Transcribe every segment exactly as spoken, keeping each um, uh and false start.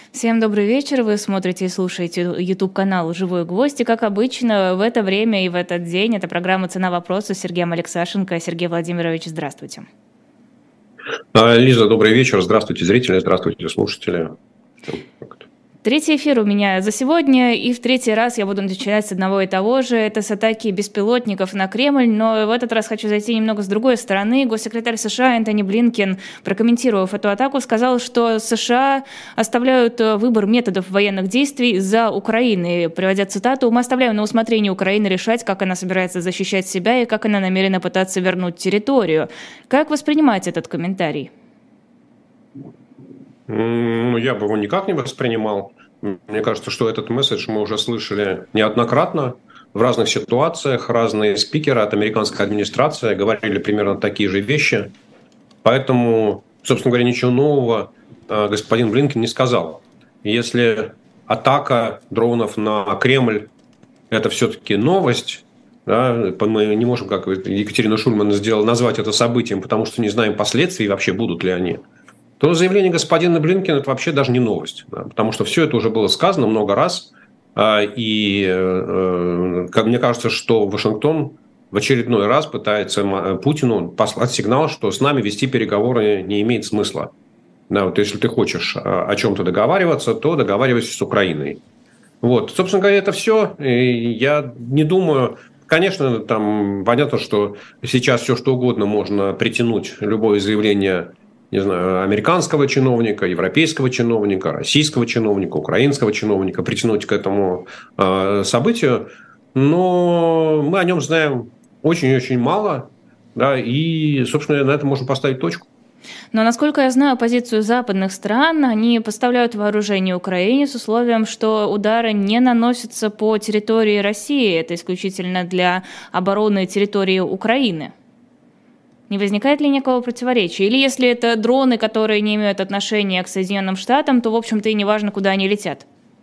Всем добрый вечер. Вы смотрите и слушаете YouTube-канал «Живой гвоздь». И, как обычно, в это время и в этот день это программа «Цена вопроса» с Сергеем Алексашенко. Сергей Владимирович, здравствуйте. Лиза, добрый вечер. Здравствуйте, зрители, здравствуйте, слушатели. Третий эфир у меня за сегодня, и в третий раз я буду начинать с одного и того же. Это с атаки беспилотников на Кремль, но в этот раз хочу зайти немного с другой стороны. Госсекретарь США Энтони Блинкен, прокомментировав эту атаку, сказал, что США оставляют выбор методов военных действий за Украиной. Приводя цитату: «Мы оставляем на усмотрение Украины решать, как она собирается защищать себя и как она намерена пытаться вернуть территорию». Как воспринимать этот комментарий? Ну, я бы его никак не воспринимал. Мне кажется, что этот месседж мы уже слышали неоднократно в разных ситуациях. Разные спикеры от американской администрации говорили примерно такие же вещи. Поэтому, собственно говоря, ничего нового господин Блинкен не сказал. Если атака дронов на Кремль – это все-таки новость, да, мы не можем, как Екатерина Шульман сделала, назвать это событием, потому что не знаем последствий, вообще будут ли они, то заявление господина Блинкена – это вообще даже не новость, да, потому что все это уже было сказано много раз, и как мне кажется, что Вашингтон в очередной раз пытается Путину послать сигнал, что с нами вести переговоры не имеет смысла. Да, вот если ты хочешь о чем-то договариваться, то договаривайся с Украиной. Вот, собственно говоря, это все. И я не думаю... Конечно, там понятно, что сейчас все что угодно можно притянуть, любое заявление, не знаю, американского чиновника, европейского чиновника, российского чиновника, украинского чиновника, притянуть к этому э, событию, но мы о нем знаем очень-очень мало, да, и, собственно, на этом можно поставить точку. Но, насколько я знаю позицию западных стран, они поставляют вооружение Украине с условием, что удары не наносятся по территории России. Это исключительно для обороны территории Украины. Не возникает ли никакого противоречия? Или если это дроны, которые не имеют отношения к Соединенным Штатам, то, в общем-то, и не важно, куда они летят?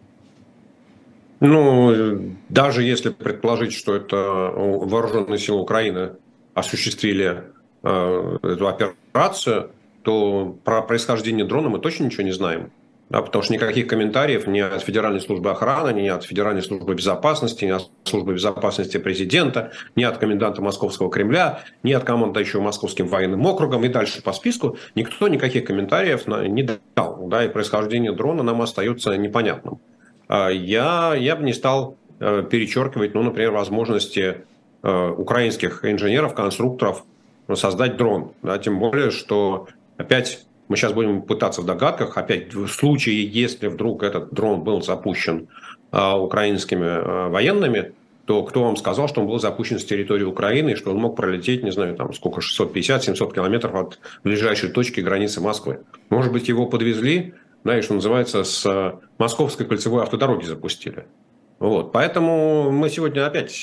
Ну, даже если предположить, что это вооруженные силы Украины осуществили э, эту операцию, то про происхождение дрона мы точно ничего не знаем. Да, потому что никаких комментариев ни от Федеральной службы охраны, ни от Федеральной службы безопасности, ни от службы безопасности президента, ни от коменданта Московского Кремля, ни от командующего Московским военным округом и дальше по списку никто никаких комментариев не дал. Да, и происхождение дрона нам остается непонятным. Я, я бы не стал перечеркивать, ну, например, возможности украинских инженеров, конструкторов создать дрон. Да, тем более, что опять... Мы сейчас будем пытаться в догадках, опять в случае, если вдруг этот дрон был запущен а, украинскими а, военными, то кто вам сказал, что он был запущен с территории Украины, и что он мог пролететь, не знаю, там сколько, шестьсот пятьдесят - семьсот километров от ближайшей точки границы Москвы. Может быть, его подвезли, да, и, что называется, с Московской кольцевой автодороги запустили. Вот. Поэтому мы сегодня опять...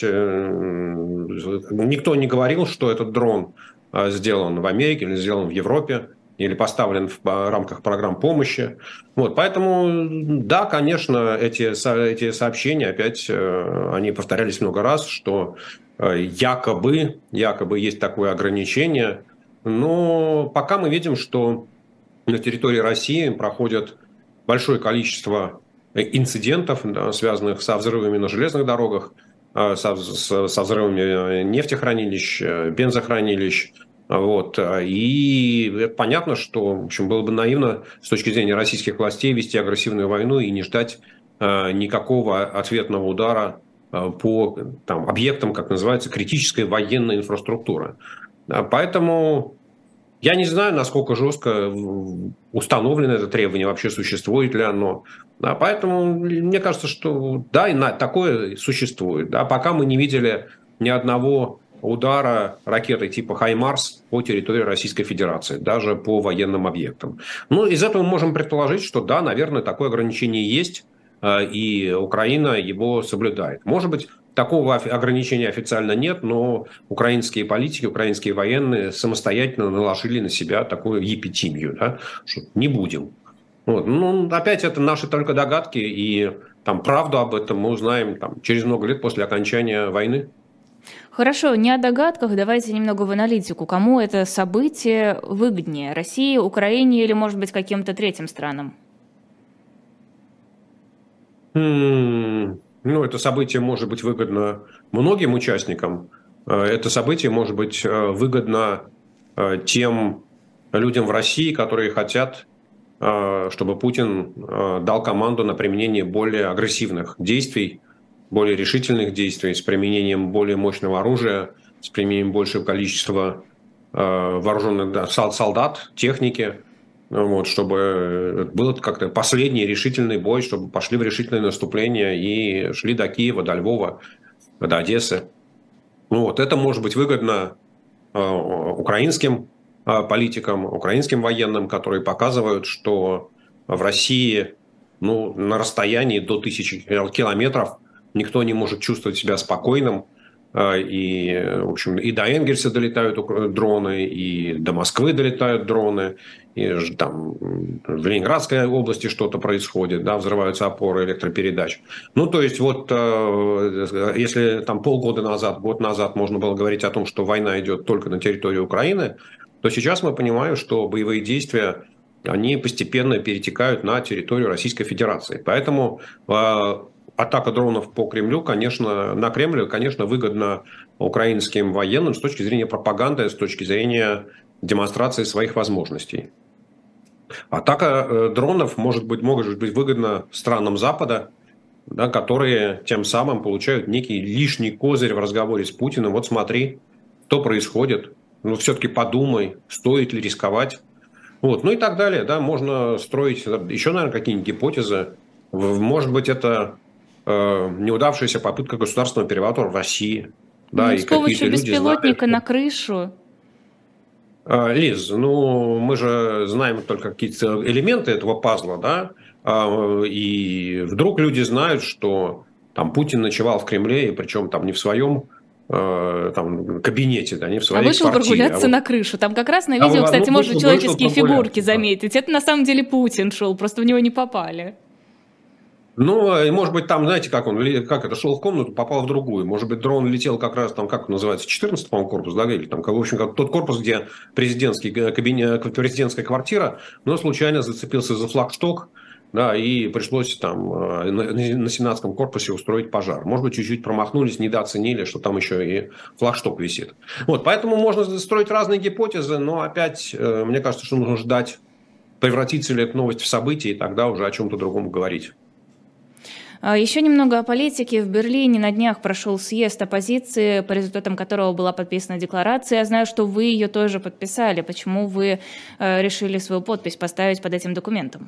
Никто не говорил, что этот дрон сделан в Америке или сделан в Европе, или поставлен в рамках программ помощи. Вот, поэтому, да, конечно, эти, эти сообщения опять, они повторялись много раз, что якобы, якобы есть такое ограничение. Но пока мы видим, что на территории России проходит большое количество инцидентов, да, связанных со взрывами на железных дорогах, со, со взрывами нефтехранилищ, бензохранилищ. Вот. И понятно, что, в общем, было бы наивно с точки зрения российских властей вести агрессивную войну и не ждать э, никакого ответного удара э, по там, объектам, как называется, критической военной инфраструктуры. Поэтому я не знаю, насколько жестко установлено это требование, вообще существует ли оно. Да, поэтому мне кажется, что да, и такое существует. Да, пока мы не видели ни одного удара ракетой типа «Хаймарс» по территории Российской Федерации, даже по военным объектам. Ну, из этого мы можем предположить, что да, наверное, такое ограничение есть, и Украина его соблюдает. Может быть, такого ограничения официально нет, но украинские политики, украинские военные самостоятельно наложили на себя такую епитимию, да, что не будем. Вот. Ну, опять это наши только догадки, и там, правду об этом мы узнаем там, через много лет после окончания войны. Хорошо, не о догадках, давайте немного в аналитику. Кому это событие выгоднее? России, Украине или, может быть, каким-то третьим странам? М, Ну, это событие может быть выгодно многим участникам. Э, Это событие может быть э, выгодно э, тем людям в России, которые хотят, э, чтобы Путин э, дал команду на применение более агрессивных действий, более решительных действий, с применением более мощного оружия, с применением большего количества э, вооруженных, да, сол- солдат, техники. Ну вот, чтобы был как-то последний решительный бой, чтобы пошли в решительное наступление и шли до Киева, до Львова, до Одессы. Ну вот, это может быть выгодно э, украинским э, политикам, украинским военным, которые показывают, что в России, ну, на расстоянии до тысячи километров никто не может чувствовать себя спокойным. Э, И, в общем, и до Энгельса долетают ук- дроны, и до Москвы долетают дроны, и ж- там в Ленинградской области что-то происходит, да, взрываются опоры электропередач. Ну, то есть, вот э, если там полгода назад, год назад можно было говорить о том, что война идет только на территории Украины, то сейчас мы понимаем, что боевые действия, они постепенно перетекают на территорию Российской Федерации. Поэтому э, атака дронов по Кремлю, конечно, на Кремль, конечно, выгодна украинским военным с точки зрения пропаганды, с точки зрения демонстрации своих возможностей. Атака э, дронов может быть, может быть выгодна странам Запада, да, которые тем самым получают некий лишний козырь в разговоре с Путиным. Вот смотри, что происходит. Ну, все-таки подумай, стоит ли рисковать. Вот, ну и так далее. Да, можно строить еще, наверное, какие-нибудь гипотезы. Может быть, это э, неудавшаяся попытка государственного переворота в России. Да, Ну, и с помощью какие-то люди знают, беспилотника что... на крышу. А, Лиз, ну мы же знаем только какие-то элементы этого пазла, да, А, и вдруг люди знают, что там Путин ночевал в Кремле, и причем там не в своем э, там, кабинете, да, не в А своей вышел квартире, а прогуляться вот на крышу. Там как раз на а, видео, вот, ну, кстати, можно вышел, вышел человеческие фигурки прогуляться. Да. заметить. Это на самом деле Путин шел, просто в него не попали. Ну, и может быть, там, знаете, как он, ли- как это, шел в комнату, попал в другую. Может быть, дрон летел как раз там, как называется, четырнадцатый, по-моему, корпус, да, или там, как, в общем, как тот корпус, где президентский э, кабинет, президентская квартира, но случайно зацепился за флагшток, да, и пришлось там э, на, на сенатском корпусе устроить пожар. Может быть, чуть-чуть промахнулись, недооценили, что там еще и флагшток висит. Вот, поэтому можно строить разные гипотезы, но опять, э, мне кажется, что нужно ждать, превратится ли эта новость в событие, и тогда уже о чем-то другом говорить. А, Еще немного о политике. В Берлине на днях прошел съезд оппозиции, по результатам которого была подписана декларация. Я знаю, что вы ее тоже подписали. Почему вы э, решили свою подпись поставить под этим документом?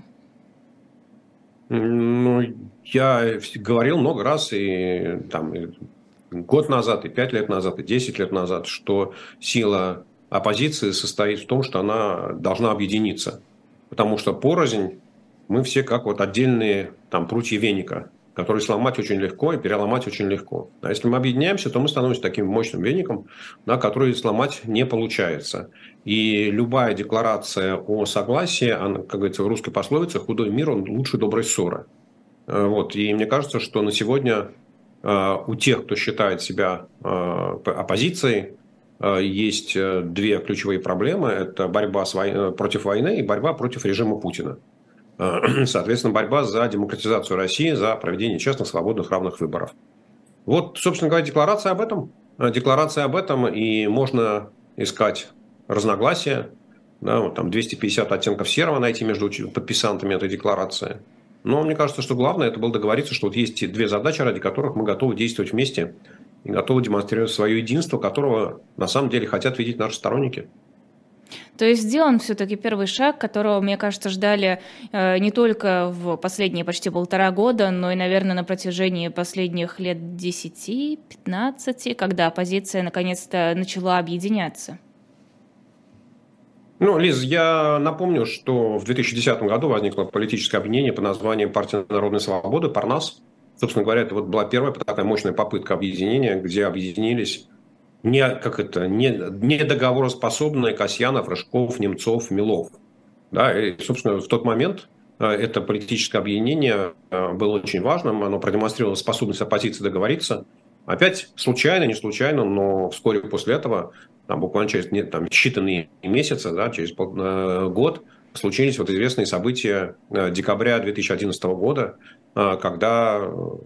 Ну, я говорил много раз, и там и год назад, и пять лет назад, и десять лет назад, что сила оппозиции состоит в том, что она должна объединиться. Потому что порознь мы все как вот отдельные там прутья веника, которые сломать очень легко и переломать очень легко. А если мы объединяемся, то мы становимся таким мощным веником, да, который сломать не получается. И любая декларация о согласии, она, как говорится в русской пословице, худой мир, он лучше доброй ссоры. Э, Вот. И мне кажется, что на сегодня э, у тех, кто считает себя э, оппозицией, э, есть э, две ключевые проблемы. Это борьба с вой... против войны и борьба против режима Путина. Э, Соответственно, борьба за демократизацию России, за проведение честных, свободных, равных выборов. Вот, собственно говоря, декларация об этом. Э, Декларация об этом, и можно искать разногласия. Да, вот там двести пятьдесят оттенков серого найти между уч- подписантами этой декларации. Но мне кажется, что главное это было договориться, что вот есть две задачи, ради которых мы готовы действовать вместе и готовы демонстрировать свое единство, которого на самом деле хотят видеть наши сторонники. То есть сделан все-таки первый шаг, которого, мне кажется, ждали э, не только в последние почти полтора года, но и, наверное, на протяжении последних лет десяти-пятнадцати, когда оппозиция наконец-то начала объединяться. Ну, Лиз, я напомню, что в две тысячи десятом году возникло политическое объединение под названием «Партия народной свободы», «Парнас». Собственно говоря, это вот была первая такая мощная попытка объединения, где объединились не, как это, не, не договороспособные Касьянов, Рыжков, Немцов, Милов. Да, и, собственно, в тот момент э, это политическое объединение э, было очень важным, оно продемонстрировало способность оппозиции договориться. Опять случайно, не случайно, но вскоре после этого, там, буквально через не, там, считанные месяцы, да, через пол- э, год, случились вот известные события декабря две тысячи одиннадцатого года, когда в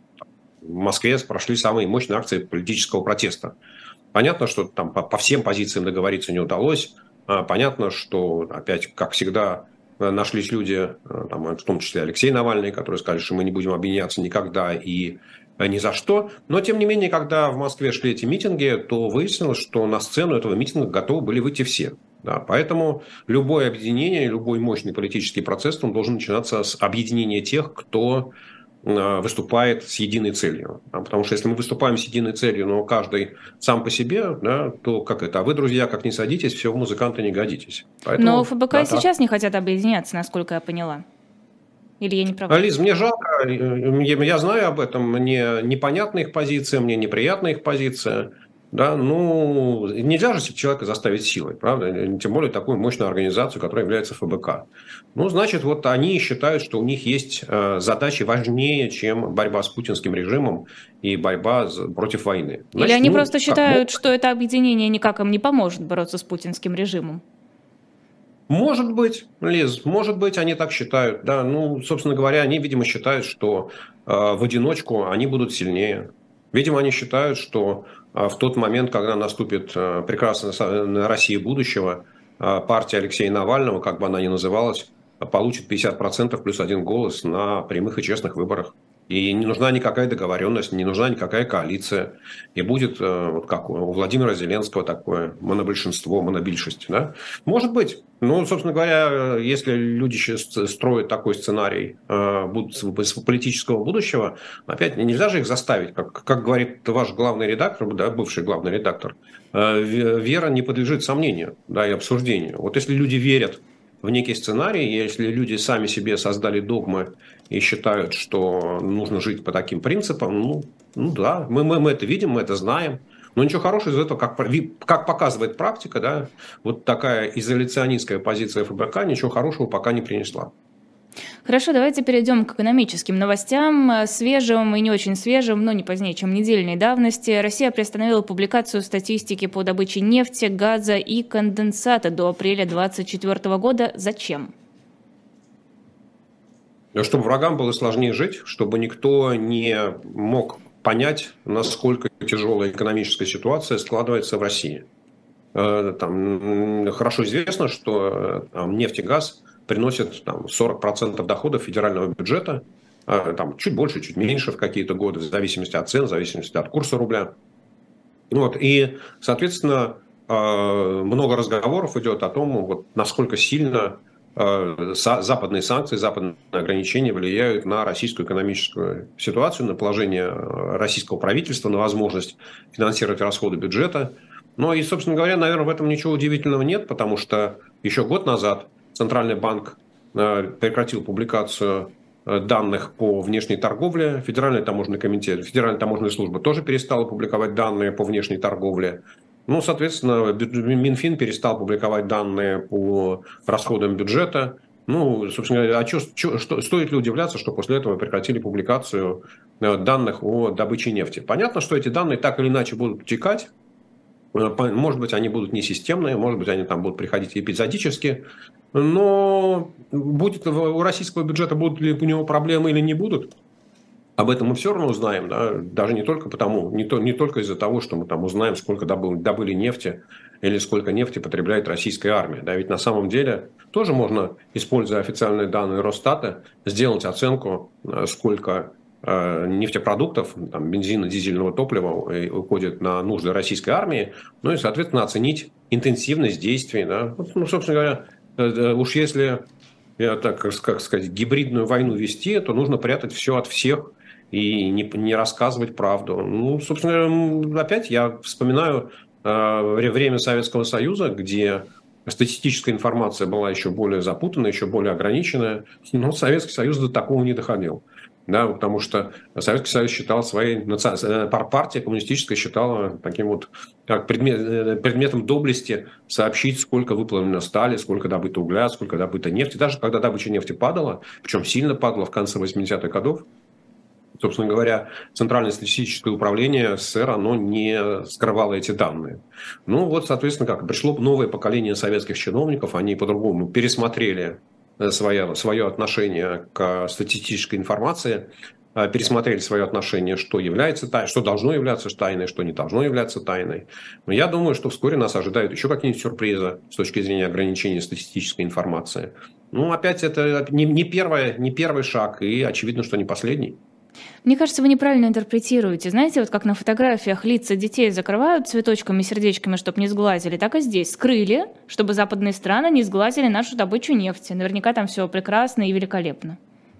Москве прошли самые мощные акции политического протеста. Понятно, что там по, по всем позициям договориться не удалось. Понятно, что опять, как всегда, нашлись люди, там, в том числе Алексей Навальный, которые сказали, что мы не будем объединяться никогда и ни за что. Но, тем не менее, когда в Москве шли эти митинги, то выяснилось, что на сцену этого митинга готовы были выйти все. Да, поэтому любое объединение, любой мощный политический процесс, он должен начинаться с объединения тех, кто выступает с единой целью. Потому что если мы выступаем с единой целью, но каждый сам по себе, да, то как это? А вы, друзья, как не садитесь, все, в музыканты не годитесь. Поэтому, но ФБК да, сейчас так. не хотят объединяться, насколько я поняла. Или я не права? Лиз, мне жалко, я знаю об этом, мне непонятна их позиция, мне неприятна их позиция. Да, ну, нельзя же человека заставить силой, правда? Тем более такую мощную организацию, которая является ФБК. Ну, значит, вот они считают, что у них есть задачи важнее, чем борьба с путинским режимом и борьба против войны. Значит, Или они ну, просто считают, как... что это объединение никак им не поможет бороться с путинским режимом? Может быть, Лиз, может быть, они так считают. Да, ну, собственно говоря, они, видимо, считают, что э, в одиночку они будут сильнее. Видимо, они считают, что э, в тот момент, когда наступит э, прекрасная Россия будущего, э, партия Алексея Навального, как бы она ни называлась, получит пятьдесят процентов плюс один голос на прямых и честных выборах. И не нужна никакая договоренность, не нужна никакая коалиция. И будет, вот как у Владимира Зеленского, такое монобольшинство, монобильшесть. Да? Может быть. Ну, собственно говоря, если люди строят такой сценарий политического будущего, опять нельзя же их заставить. Как, как говорит ваш главный редактор, да, бывший главный редактор, вера не подлежит сомнению, да, и обсуждению. Вот если люди верят в некий сценарий, если люди сами себе создали догмы и считают, что нужно жить по таким принципам, ну, ну да, мы, мы, мы это видим, мы это знаем. Но ничего хорошего из этого, как, как показывает практика, да, вот такая изоляционистская позиция ФБК ничего хорошего пока не принесла. Хорошо, давайте перейдем к экономическим новостям. Свежим и не очень свежим, но не позднее, чем недельной давности, Россия приостановила публикацию статистики по добыче нефти, газа и конденсата до апреля две тысячи двадцать четвёртого года. Зачем? Чтобы врагам было сложнее жить, чтобы никто не мог понять, насколько тяжелая экономическая ситуация складывается в России. Там хорошо известно, что там, нефть и газ приносят там, сорок процентов доходов федерального бюджета, там, чуть больше, чуть меньше в какие-то годы, в зависимости от цен, в зависимости от курса рубля. Вот, и, соответственно, много разговоров идет о том, вот, насколько сильно западные санкции, западные ограничения влияют на российскую экономическую ситуацию, на положение российского правительства, на возможность финансировать расходы бюджета. Ну и, собственно говоря, наверное, в этом ничего удивительного нет, потому что еще год назад Центральный банк прекратил публикацию данных по внешней торговле. Федеральный таможенный комитет, Федеральная таможенная служба тоже перестала публиковать данные по внешней торговле. Ну, соответственно, Минфин перестал публиковать данные по расходам бюджета. Ну, собственно говоря, а что, что, стоит ли удивляться, что после этого прекратили публикацию данных о добыче нефти? Понятно, что эти данные так или иначе будут утекать. Может быть, они будут несистемные, может быть, они там будут приходить эпизодически. Но будет, у российского бюджета будут ли у него проблемы или не будут, об этом мы все равно узнаем, да? Даже не только потому, не, то, не только из-за того, что мы там узнаем, сколько добыли, добыли нефти или сколько нефти потребляет российская армия. Да? Ведь на самом деле тоже можно, используя официальные данные Росстата, сделать оценку, сколько э, нефтепродуктов, там, бензина, дизельного топлива уходит на нужды российской армии, ну и, соответственно, оценить интенсивность действий. Да? Ну, собственно говоря, э, уж если, я так, как сказать, гибридную войну вести, то нужно прятать все от всех и не, не рассказывать правду. Ну, собственно, опять я вспоминаю э, время Советского Союза, где статистическая информация была еще более запутанная, еще более ограниченная, но Советский Союз до такого не доходил. Да, потому что Советский Союз считал своей, партия коммунистическая считала таким вот как предмет, предметом доблести сообщить, сколько выплавлено стали, сколько добыто угля, сколько добыто нефти. Даже когда добыча нефти падала, причем сильно падала в конце восьмидесятых годов, Собственно говоря, Центральное статистическое управление СССР, оно не скрывало эти данные. Ну вот, соответственно, как пришло новое поколение советских чиновников, они по-другому пересмотрели свое, свое отношение к статистической информации, пересмотрели свое отношение, что является тайной, что должно являться тайной, что не должно являться тайной. Но я думаю, что вскоре нас ожидают еще какие-нибудь сюрпризы с точки зрения ограничения статистической информации. Ну, опять, это не, не, первое, не первый шаг, и очевидно, что не последний. Мне кажется, вы неправильно интерпретируете. Знаете, вот как на фотографиях лица детей закрывают цветочками, сердечками, чтобы не сглазили, так и здесь. Скрыли, чтобы западные страны не сглазили нашу добычу нефти. Наверняка там все прекрасно и великолепно.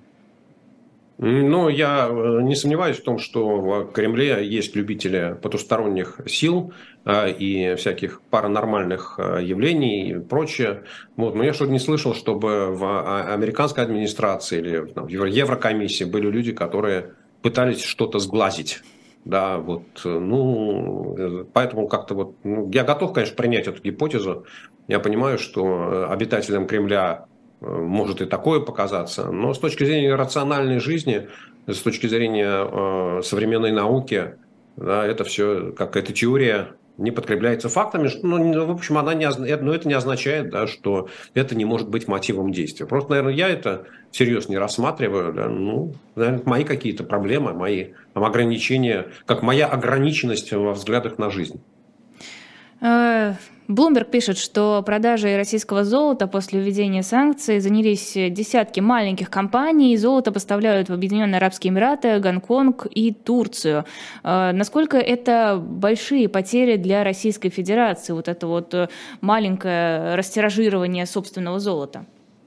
Ну, я не сомневаюсь в том, что в Кремле есть любители потусторонних сил и всяких паранормальных явлений и прочее. Вот. Но я что-то не слышал, чтобы в американской администрации или там, в Еврокомиссии были люди, которые пытались что-то сглазить. Да, вот, ну, поэтому как-то вот, ну, я готов, конечно, принять эту гипотезу. Я понимаю, что обитателям Кремля может и такое показаться, но с точки зрения рациональной жизни, с точки зрения э, современной науки, да, это все, как эта теория не подкрепляется фактами, что, ну, в общем, она не, но это не означает, да, что это не может быть мотивом действия. Просто, наверное, я это всерьез не рассматриваю, да, ну, наверное, мои какие-то проблемы, мои там, ограничения, как моя ограниченность во взглядах на жизнь. Bloomberg пишет, что продажей российского золота после введения санкций занялись десятки маленьких компаний. Золото поставляют в Объединенные Арабские Эмираты, Гонконг и Турцию. Насколько это большие потери для Российской Федерации, вот это вот маленькое растиражирование собственного золота?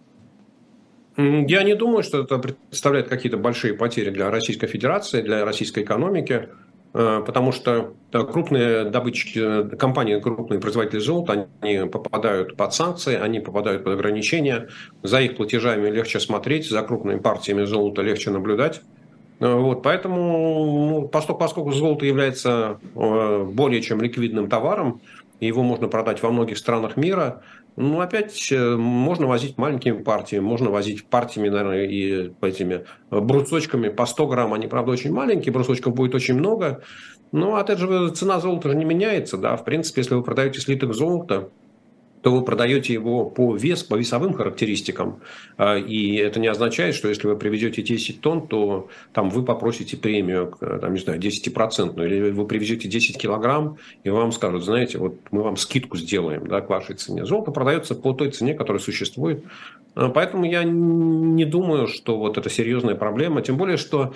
Я не думаю, что это представляет какие-то большие потери для Российской Федерации, для российской экономики. Потому что крупные добытчики, компании, крупные производители золота, они попадают под санкции, они попадают под ограничения. За их платежами легче смотреть, за крупными партиями золота легче наблюдать. Вот, поэтому, поскольку, поскольку золото является более чем ликвидным товаром, и его можно продать во многих странах мира, ну, опять можно возить маленькими партиями, можно возить партиями, наверное, и этими брусочками по сто грамм. Они, правда, очень маленькие, брусочков будет очень много. Но, опять же, цена золота же не меняется. Да? В принципе, если вы продаете слиток золота, то вы продаете его по вес, по весовым характеристикам. И это не означает, что если вы привезете десять тонн, то там вы попросите премию, там, не знаю, десять процентов. Или вы привезете десять килограмм, и вам скажут, знаете, вот мы вам скидку сделаем, да, к вашей цене. Золото продается по той цене, которая существует. Поэтому я не думаю, что вот это серьезная проблема. Тем более, что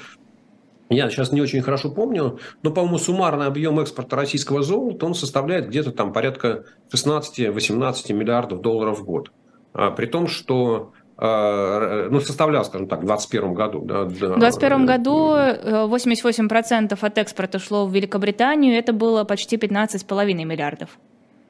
я сейчас не очень хорошо помню, но, по-моему, суммарный объем экспорта российского золота, он составляет где-то там порядка шестнадцать-восемнадцать миллиардов долларов в год. А, при том, что, ну, составлял, скажем так, в двадцать первом году. Да, в двадцать первом году восемьдесят восемь процентов от экспорта шло в Великобританию, это было почти пятнадцать с половиной миллиардов.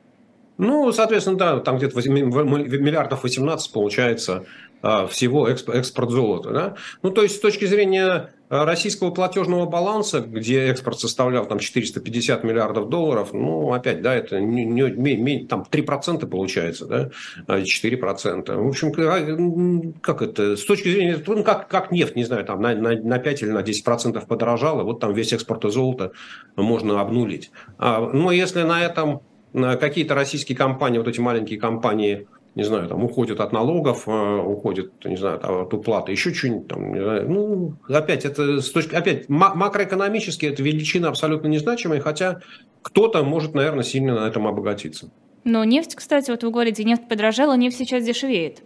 Ну, соответственно, да, там где-то миллиардов восемнадцать получается всего экспорт золота. Да? Ну, то есть, с точки зрения российского платежного баланса, где экспорт составлял там четыреста пятьдесят миллиардов долларов, ну, опять, да, это не, не, не, там три процента получается, да, четыре процента. В общем, как это, с точки зрения, ну, как, как нефть, не знаю, там на, на, на пять или на десять процентов подорожала, вот там весь экспорт золота можно обнулить. А, но если на этом какие-то российские компании, вот эти маленькие компании, не знаю, там уходят от налогов, уходят, не знаю, там, от уплаты, еще что-нибудь там, не знаю. Ну, опять, это с точки, опять, макроэкономически это величины абсолютно незначимые, хотя кто-то может, наверное, сильно на этом обогатиться. Но нефть, кстати, вот вы говорите, нефть подорожала, нефть сейчас дешевеет.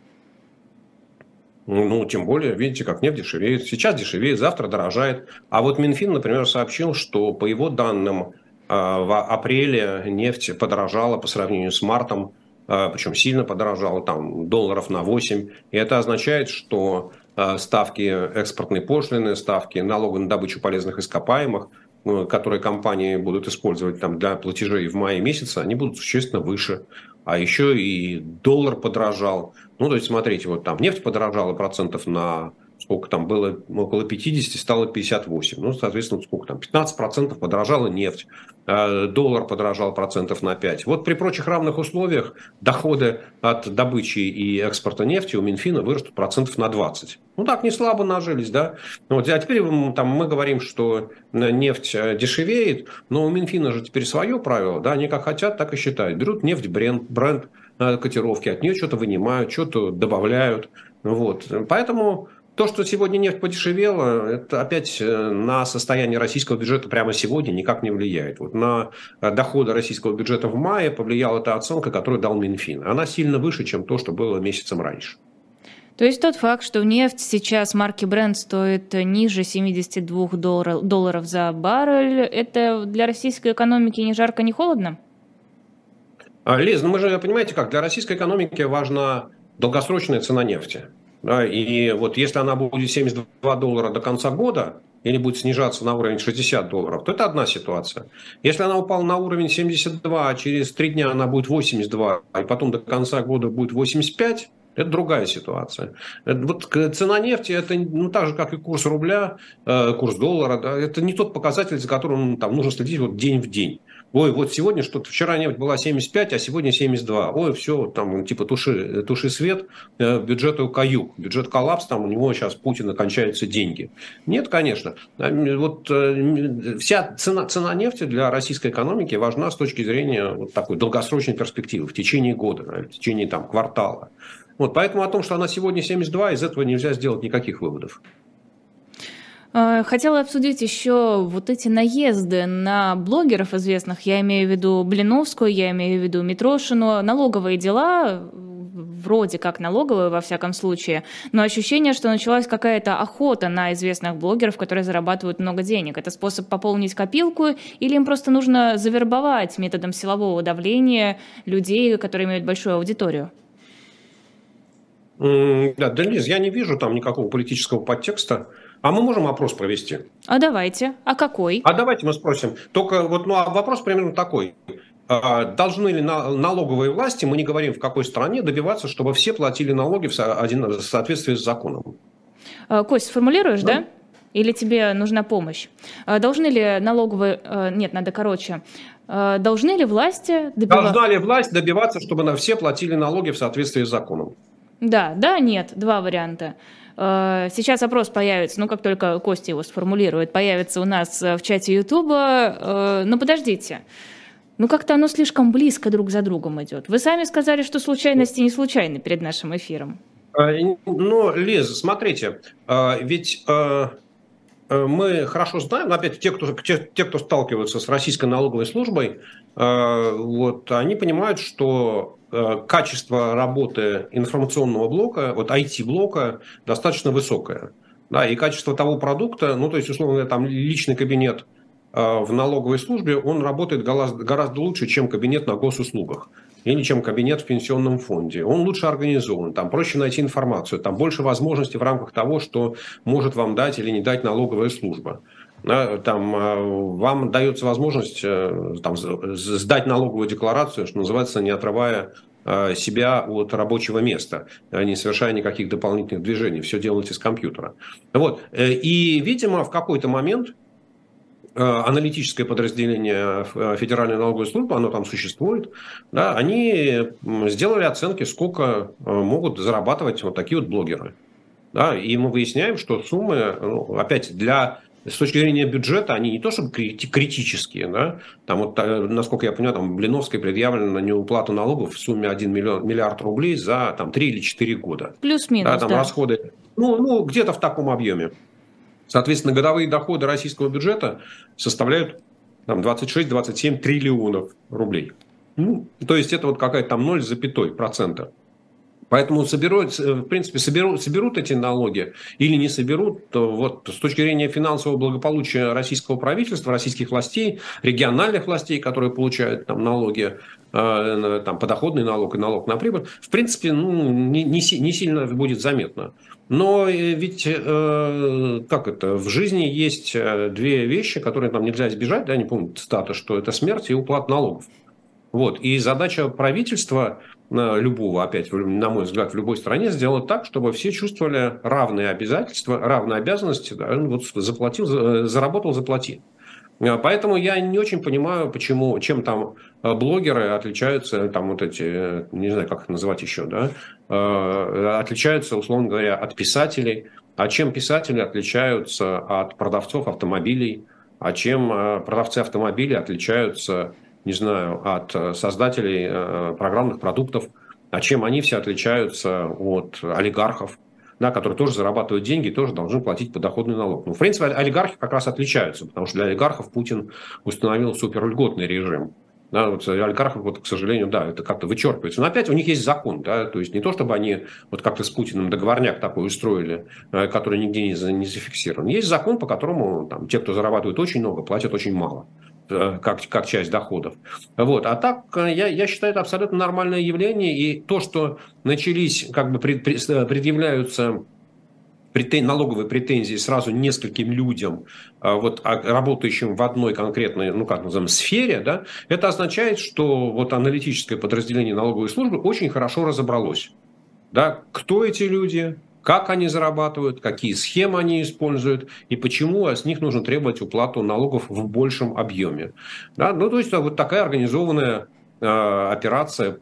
Ну, тем более, видите, как нефть дешевеет. Сейчас дешевеет, завтра дорожает. А вот Минфин, например, сообщил, что по его данным в апреле нефть подорожала по сравнению с мартом, причем сильно подорожала, там долларов на восемь. И это означает, что ставки экспортной пошлины, ставки налога на добычу полезных ископаемых, которые компании будут использовать там, для платежей в мае месяце, они будут существенно выше. А еще и доллар подорожал. Ну, то есть, смотрите, вот там нефть подорожала процентов на сколько там было, около пятьдесят, стало пятьдесят восемь. Ну, соответственно, сколько там, пятнадцать процентов подорожала нефть, доллар подорожал процентов на пять. Вот при прочих равных условиях доходы от добычи и экспорта нефти у Минфина вырастут процентов на двадцать. Ну, так не слабо нажились, да. Вот, а теперь там, мы говорим, что нефть дешевеет, но у Минфина же теперь свое правило, да, они как хотят, так и считают. Берут нефть, бренд, бренд котировки, от нее что-то вынимают, что-то добавляют. Вот. Поэтому то, что сегодня нефть подешевела, это опять на состояние российского бюджета прямо сегодня никак не влияет. Вот на доходы российского бюджета в мае повлияла та оценка, которую дал Минфин. Она сильно выше, чем то, что было месяцем раньше. То есть тот факт, что нефть сейчас марки Brent стоит ниже семьдесят два долларов за баррель, это для российской экономики ни жарко, ни холодно? Лиз, ну мы же, понимаете как, для российской экономики важна долгосрочная цена нефти. Да, и вот если она будет семьдесят два доллара до конца года, или будет снижаться на уровень шестьдесят долларов, то это одна ситуация. Если она упала на уровень семьдесят два, а через три дня она будет восемьдесят два, и потом до конца года будет восемьдесят пять, это другая ситуация. Вот цена нефти, это ну, так же, как и курс рубля, э, курс доллара, да, это не тот показатель, за которым там, нужно следить вот день в день. Ой, вот сегодня что-то, вчера нефть была семьдесят пять, а сегодня семьдесят два. Ой, все, там типа туши, туши свет, бюджету каюк, бюджет коллапс, там у него сейчас Путина кончаются деньги. Нет, конечно. Вот вся цена, цена нефти для российской экономики важна с точки зрения вот такой долгосрочной перспективы, в течение года, в течение там, квартала. Вот, поэтому о том, что она сегодня семьдесят два, из этого нельзя сделать никаких выводов. Хотела обсудить еще вот эти наезды на блогеров известных. Я имею в виду Блиновскую, я имею в виду Митрошину. Налоговые дела, вроде как налоговые во всяком случае, но ощущение, что началась какая-то охота на известных блогеров, которые зарабатывают много денег. Это способ пополнить копилку или им просто нужно завербовать методом силового давления людей, которые имеют большую аудиторию? Да, да, Лиз, я не вижу там никакого политического подтекста. А мы можем опрос провести? А давайте. А какой? А давайте мы спросим. Только вот ну, вопрос примерно такой. Должны ли налоговые власти, мы не говорим в какой стране, добиваться, чтобы все платили налоги в соответствии с законом? Кость, сформулируешь, да? да? Или тебе нужна помощь? Должны ли налоговые... Нет, надо короче. Должны ли власти добиваться... Должна ли власть добиваться, чтобы все платили налоги в соответствии с законом? Да, да, нет. Два варианта. Сейчас опрос появится, ну, как только Костя его сформулирует, появится у нас в чате Ютуба. Но подождите, ну, как-то оно слишком близко друг за другом идет. Вы сами сказали, что случайности не случайны перед нашим эфиром. Ну, Лиза, смотрите, ведь мы хорошо знаем, опять те, кто, те, те, кто сталкиваются с российской налоговой службой, вот, они понимают, что качество работы информационного блока, вот ай ти-блока, достаточно высокое. Да, и качество того продукта, ну, то есть, условно говоря, там личный кабинет в налоговой службе, он работает гораздо, гораздо лучше, чем кабинет на госуслугах или чем кабинет в пенсионном фонде. Он лучше организован, там проще найти информацию, там больше возможностей в рамках того, что может вам дать или не дать налоговая служба. Там вам дается возможность там, сдать налоговую декларацию, что называется, не отрывая себя от рабочего места, не совершая никаких дополнительных движений, все делаете с компьютера. Вот. И, видимо, в какой-то момент аналитическое подразделение Федеральной налоговой службы, оно там существует, да, они сделали оценки, сколько могут зарабатывать вот такие вот блогеры. Да, и мы выясняем, что суммы, ну, опять, для... С точки зрения бюджета они не то чтобы критические, да, там вот, насколько я понимаю, там Блиновской предъявлена на неуплату налогов в сумме один миллиард рублей за там, три или четыре года. Плюс-минус, да. Там да. расходы, ну, ну, где-то в таком объеме. Соответственно, годовые доходы российского бюджета составляют там, двадцать шесть - двадцать семь триллионов рублей. Ну, то есть это вот какая-то там ноль целых пять процента. Поэтому соберут, в принципе, соберут, соберут эти налоги или не соберут, то вот с точки зрения финансового благополучия российского правительства, российских властей, региональных властей, которые получают там налоги, э, там, подоходный налог и налог на прибыль, в принципе, ну, не, не, не сильно будет заметно. Но ведь, э, как это, в жизни есть две вещи, которые нам нельзя избежать, да, не помню цитата, что это смерть и уплата налогов. Вот. И задача правительства любого, опять, на мой взгляд, в любой стране сделать так, чтобы все чувствовали равные обязательства, равные обязанности. Да, вот заплатил, заработал, заплати. Поэтому я не очень понимаю, почему, чем там блогеры отличаются, там вот эти, не знаю, как их называть еще, да, отличаются, условно говоря, от писателей, а чем писатели отличаются от продавцов автомобилей, а чем продавцы автомобилей отличаются, не знаю, от создателей программных продуктов, а чем они все отличаются от олигархов, да, которые тоже зарабатывают деньги и тоже должны платить подоходный налог. Ну, в принципе, олигархи как раз отличаются, потому что для олигархов Путин установил суперльготный режим. Да, вот олигархов, вот, к сожалению, да, это как-то вычеркивается. Но опять у них есть закон, да, то есть не то, чтобы они вот как-то с Путиным договорняк такой устроили, который нигде не, не зафиксирован. Есть закон, по которому там, те, кто зарабатывает очень много, платят очень мало. Как, как часть доходов. Вот. А так, я, я считаю, это абсолютно нормальное явление. И то, что начались, как бы пред, предъявляются претен, налоговые претензии сразу нескольким людям, вот, работающим в одной конкретной, ну, как назовем, сфере, да, это означает, что вот аналитическое подразделение налоговой службы очень хорошо разобралось. Да, кто эти люди, как они зарабатывают, какие схемы они используют и почему с них нужно требовать уплату налогов в большем объеме. Да? Ну, то есть вот такая организованная э, операция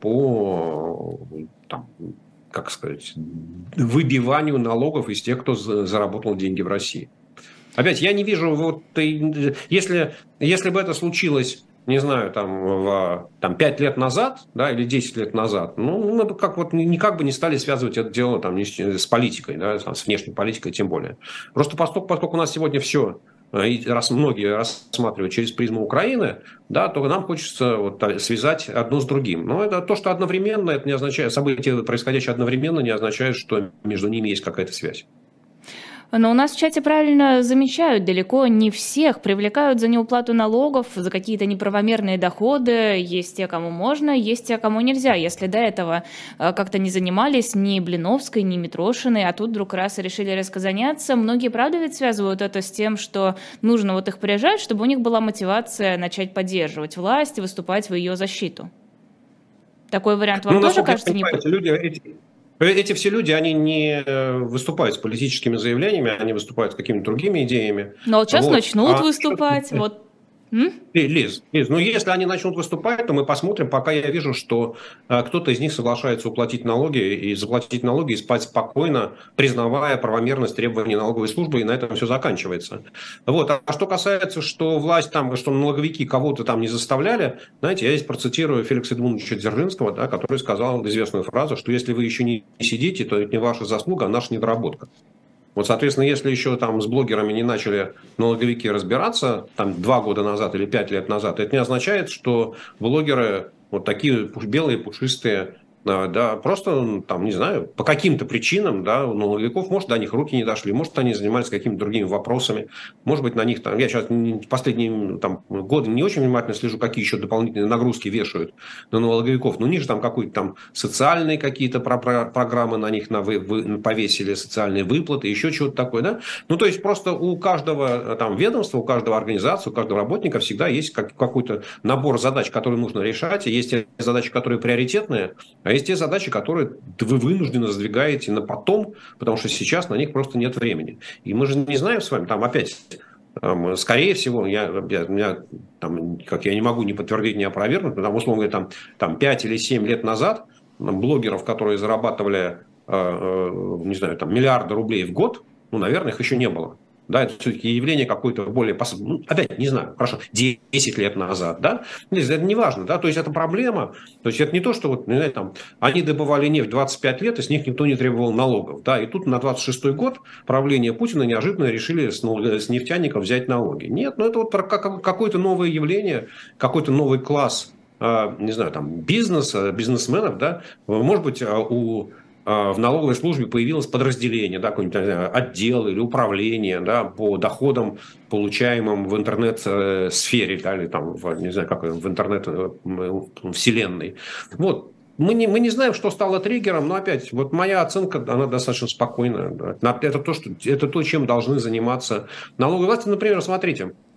по, там, как сказать, выбиванию налогов из тех, кто заработал деньги в России. Опять, я не вижу, вот, если, если бы это случилось, не знаю, там, в, там пять лет назад, да, или десять лет назад, ну, мы бы как вот никак бы не стали связывать это дело там, с политикой, да, с внешней политикой тем более. Просто поскольку, поскольку у нас сегодня все, и раз многие рассматривают через призму Украины, да, то нам хочется вот связать одно с другим. Но это то, что одновременно, это не означает, события, происходящие одновременно, не означает, что между ними есть какая-то связь. Но у нас в чате правильно замечают, далеко не всех привлекают за неуплату налогов, за какие-то неправомерные доходы. Есть те, кому можно, есть те, кому нельзя. Если до этого как-то не занимались ни Блиновской, ни Митрошиной, а тут вдруг раз и решили резко заняться, многие, правда, ведь связывают это с тем, что нужно вот их прижать, чтобы у них была мотивация начать поддерживать власть и выступать в ее защиту. Такой вариант вам ну, тоже кажется не... Люди, эти... Эти все люди, они не выступают с политическими заявлениями, они выступают с какими-то другими идеями. Но вот сейчас вот. начнут а выступать, вот. М? Лиз, Лиз, ну если они начнут выступать, то мы посмотрим, пока я вижу, что а, кто-то из них соглашается уплатить налоги и заплатить налоги и спать спокойно, признавая правомерность требований налоговой службы, и на этом все заканчивается. Вот. А что касается, что власть там, что налоговики кого-то там не заставляли, знаете, я здесь процитирую Феликса Эдмундовича Дзержинского, да, который сказал известную фразу, что если вы еще не сидите, то это не ваша заслуга, а наша недоработка. Вот, соответственно, если еще там с блогерами не начали налоговики разбираться там два года назад или пять лет назад, это не означает, что блогеры вот такие белые, пушистые, да, просто, там, не знаю, по каким-то причинам, да, у налоговиков, может, до них руки не дошли, может, они занимались какими-то другими вопросами, может быть, на них, там, я сейчас последние там, годы не очень внимательно слежу, какие еще дополнительные нагрузки вешают на налоговиков, но у них же там какие-то там социальные какие-то программы на них на вы, вы, повесили, социальные выплаты, еще чего-то такое, да, ну, то есть, просто у каждого там ведомства, у каждого организации, у каждого работника всегда есть как, какой-то набор задач, которые нужно решать, и есть задачи, которые приоритетные, а есть те задачи, которые вы вынуждены сдвигаете на потом, потому что сейчас на них просто нет времени. И мы же не знаем с вами, там опять, скорее всего, я, я, я, там, как я не могу ни подтвердить, ни опровергнуть, но там, условно говоря, там, там пять или семь лет назад блогеров, которые зарабатывали, не знаю, там, миллиарды рублей в год, ну, наверное, их еще не было. Да, это все-таки явление какое-то более... Ну, опять, не знаю, хорошо, десять лет назад, да? Это не важно, да? То есть, это проблема. То есть, это не то, что вот, не знаю, там, они добывали нефть двадцать пять лет, и с них никто не требовал налогов, да? И тут на двадцать шестой год правление Путина неожиданно решили с, с нефтяников взять налоги. Нет, ну, это вот какое-то новое явление, какой-то новый класс, не знаю, там, бизнеса, бизнесменов, да? Может быть, у... в налоговой службе появилось подразделение, да, какой-нибудь отдел или управление, да, по доходам, получаемым в интернет-сфере, да, или там, в, не знаю, как в интернет-вселенной. Вот. Мы не, мы не знаем, что стало триггером, но опять, вот моя оценка, она достаточно спокойная. Да. Это то, что, это то, чем должны заниматься налоговые власти. Например, смотрите,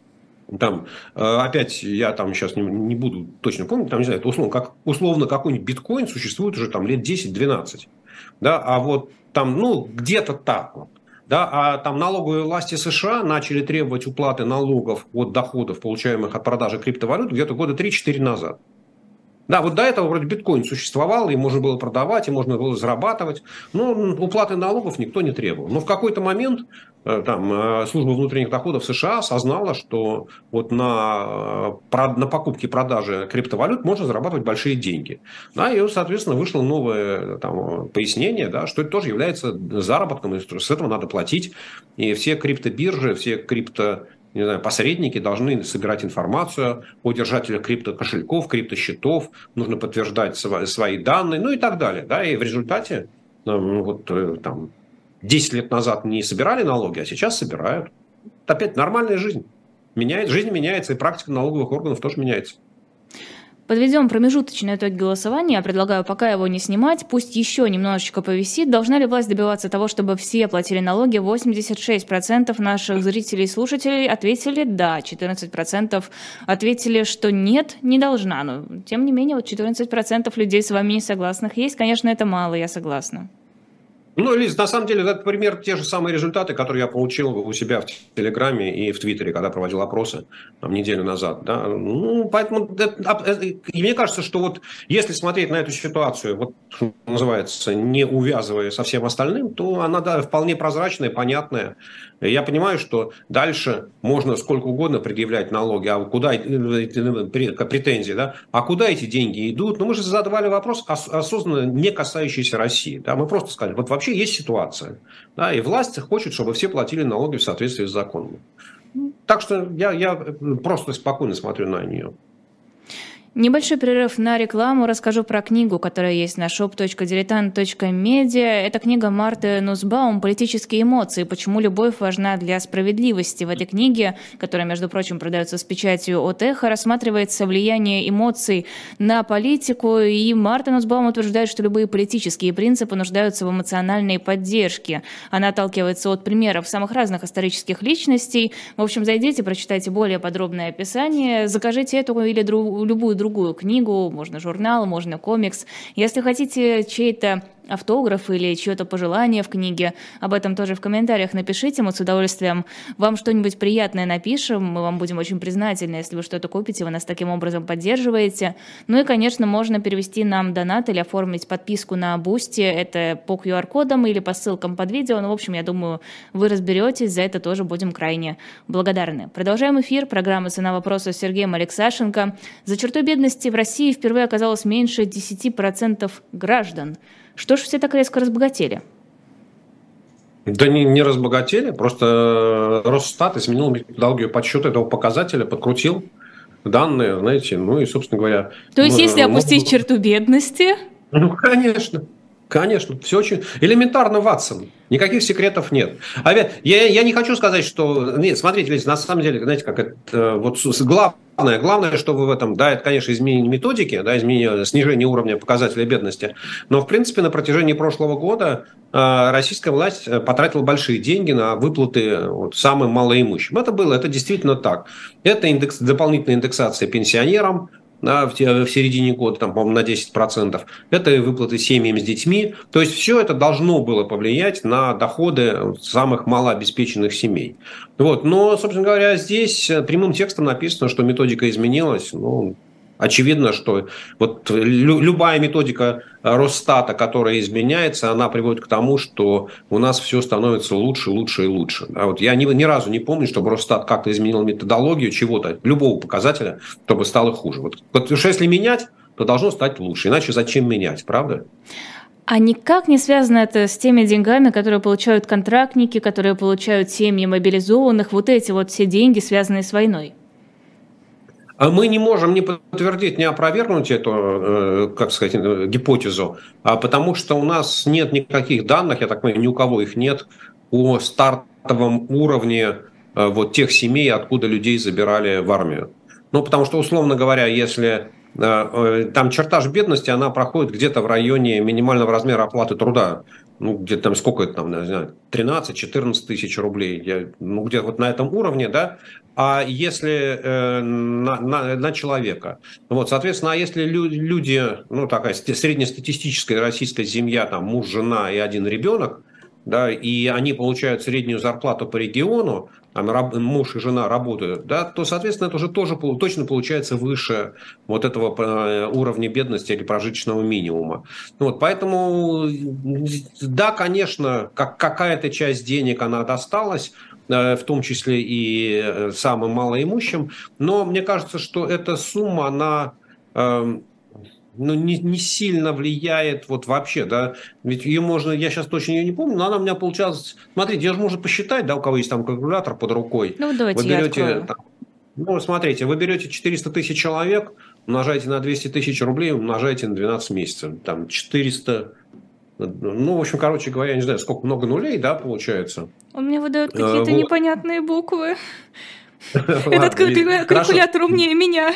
Там, опять, я там сейчас не, не буду точно помнить, там, не знаю, это условно, как, условно какой-нибудь биткоин существует уже там лет десять-двенадцать. Да, а вот там, ну, где-то так вот. Да, а там налоговые власти США начали требовать уплаты налогов от доходов, получаемых от продажи криптовалют, где-то года три-четыре назад. Да, вот до этого вроде биткоин существовал, и можно было продавать, и можно было зарабатывать, но уплаты налогов никто не требовал. Но в какой-то момент там, служба внутренних доходов США осознала, что вот на, на покупке и продаже криптовалют можно зарабатывать большие деньги. Да, и, соответственно, вышло новое там, пояснение, да, что это тоже является заработком, и с этого надо платить. И все криптобиржи, все крипто... не знаю, посредники должны собирать информацию о держателях криптокошельков, криптосчетов, нужно подтверждать свои данные, ну и так далее. Да? И в результате вот, там, десять лет назад не собирали налоги, а сейчас собирают. Это опять нормальная жизнь. Меняет, жизнь меняется, и практика налоговых органов тоже меняется. Подведем промежуточный итог голосования. Я предлагаю пока его не снимать, пусть еще немножечко повисит. Должна ли власть добиваться того, чтобы все платили налоги? восемьдесят шесть процентов наших зрителей и слушателей ответили «да», четырнадцать процентов ответили, что «нет, не должна». Но, тем не менее, вот четырнадцать процентов людей с вами не согласных есть. Конечно, это мало, я согласна. Ну, Лиз, на самом деле, это пример те же самые результаты, которые я получил у себя в Телеграме и в Твиттере, когда проводил опросы там, неделю назад. Да. Ну, поэтому это, и мне кажется, что вот если смотреть на эту ситуацию, вот, что называется, не увязывая со всем остальным, то она да, вполне прозрачная, понятная. Я понимаю, что дальше можно сколько угодно предъявлять налоги, а куда претензии, да? А куда эти деньги идут? Ну, мы же задавали вопрос, осознанно не касающийся России. Да? Мы просто сказали, вот вообще есть ситуация, да, и власть хочет, чтобы все платили налоги в соответствии с законом. Так что я, я просто спокойно смотрю на нее. Небольшой перерыв на рекламу. Расскажу про книгу, которая есть на шоп точка дилетант точка медиа. Это книга Марты Нусбаум «Политические эмоции. Почему любовь важна для справедливости». В этой книге, которая, между прочим, продается с печатью от Эхо, рассматривается влияние эмоций на политику. И Марта Нусбаум утверждает, что любые политические принципы нуждаются в эмоциональной поддержке. Она отталкивается от примеров самых разных исторических личностей. В общем, зайдите, прочитайте более подробное описание, закажите эту или друг, любую другую книгу, можно журнал, можно комикс. Если хотите чей-то автограф или чье-то пожелание в книге, об этом тоже в комментариях напишите, мы с удовольствием вам что-нибудь приятное напишем, мы вам будем очень признательны, если вы что-то купите, вы нас таким образом поддерживаете. Ну и, конечно, можно перевести нам донат или оформить подписку на Boosty, это по ку ар кодам или по ссылкам под видео, ну, в общем, я думаю, вы разберетесь, за это тоже будем крайне благодарны. Продолжаем эфир, программа «Цена вопроса» с Сергеем Алексашенко. За чертой бедности в России впервые оказалось меньше десять процентов граждан. Что ж все так резко разбогатели? Да не, не разбогатели, просто Росстат изменил методологию подсчета этого показателя, подкрутил данные, знаете, ну и, собственно говоря... То есть, мы, если мы... опустить черту бедности... Ну, конечно. Конечно, все очень элементарно, Ватсон. Никаких секретов нет. А я, я не хочу сказать, что... Нет, смотрите, на самом деле, знаете, как это... Вот главное, главное, что вы в этом... Да, это, конечно, изменение методики, да, изменение, снижение уровня показателя бедности. Но, в принципе, на протяжении прошлого года э, российская власть потратила большие деньги на выплаты вот, самым малоимущим. Это было, это действительно так. Это индекс, дополнительная индексация пенсионерам, да, в, в середине года, там, по-моему, на десять процентов. Это выплаты семьям с детьми. То есть, все это должно было повлиять на доходы самых малообеспеченных семей. Вот. Но, собственно говоря, здесь прямым текстом написано, что методика изменилась. Ну, очевидно, что вот любая методика Росстата, которая изменяется, она приводит к тому, что у нас все становится лучше, лучше и лучше. А вот я ни, ни разу не помню, чтобы Росстат как-то изменил методологию чего-то, любого показателя, чтобы стало хуже. Вот, вот уж если менять, то должно стать лучше. Иначе зачем менять, правда? А никак не связано это с теми деньгами, которые получают контрактники, которые получают семьи мобилизованных, вот эти вот все деньги, связанные с войной? Мы не можем ни подтвердить, ни опровергнуть эту, как сказать, гипотезу, потому что у нас нет никаких данных, я так понимаю, ни у кого их нет, о стартовом уровне вот тех семей, откуда людей забирали в армию. Ну, потому что, условно говоря, если там чертаж бедности, она проходит где-то в районе минимального размера оплаты труда. Ну, где-то там, сколько это там, не знаю, тринадцать-четырнадцать тысяч рублей. Я, ну, где-то вот на этом уровне, да. А если э, на, на, на человека, вот, соответственно, а если люди, ну, такая среднестатистическая российская семья, там, муж, жена и один ребенок, да, и они получают среднюю зарплату по региону, там муж и жена работают, да, то, соответственно, это уже тоже точно получается выше вот этого уровня бедности или прожиточного минимума. Вот, поэтому, да, конечно, как, какая-то часть денег она досталась, в том числе и самым малоимущим, но мне кажется, что эта сумма, она... ну, не, не сильно влияет вот вообще, да, ведь ее можно, я сейчас точно ее не помню, но она у меня получалась, смотрите, ее же можно посчитать, да, у кого есть там калькулятор под рукой. Ну, давайте вы берете, там, ну, смотрите, вы берете четыреста тысяч человек, умножаете на двести тысяч рублей, умножаете на двенадцать месяцев, там четыреста, ну, в общем, короче говоря, я не знаю, сколько, много нулей, да, получается. Он мне выдает какие-то непонятные буквы. Этот калькулятор умнее меня.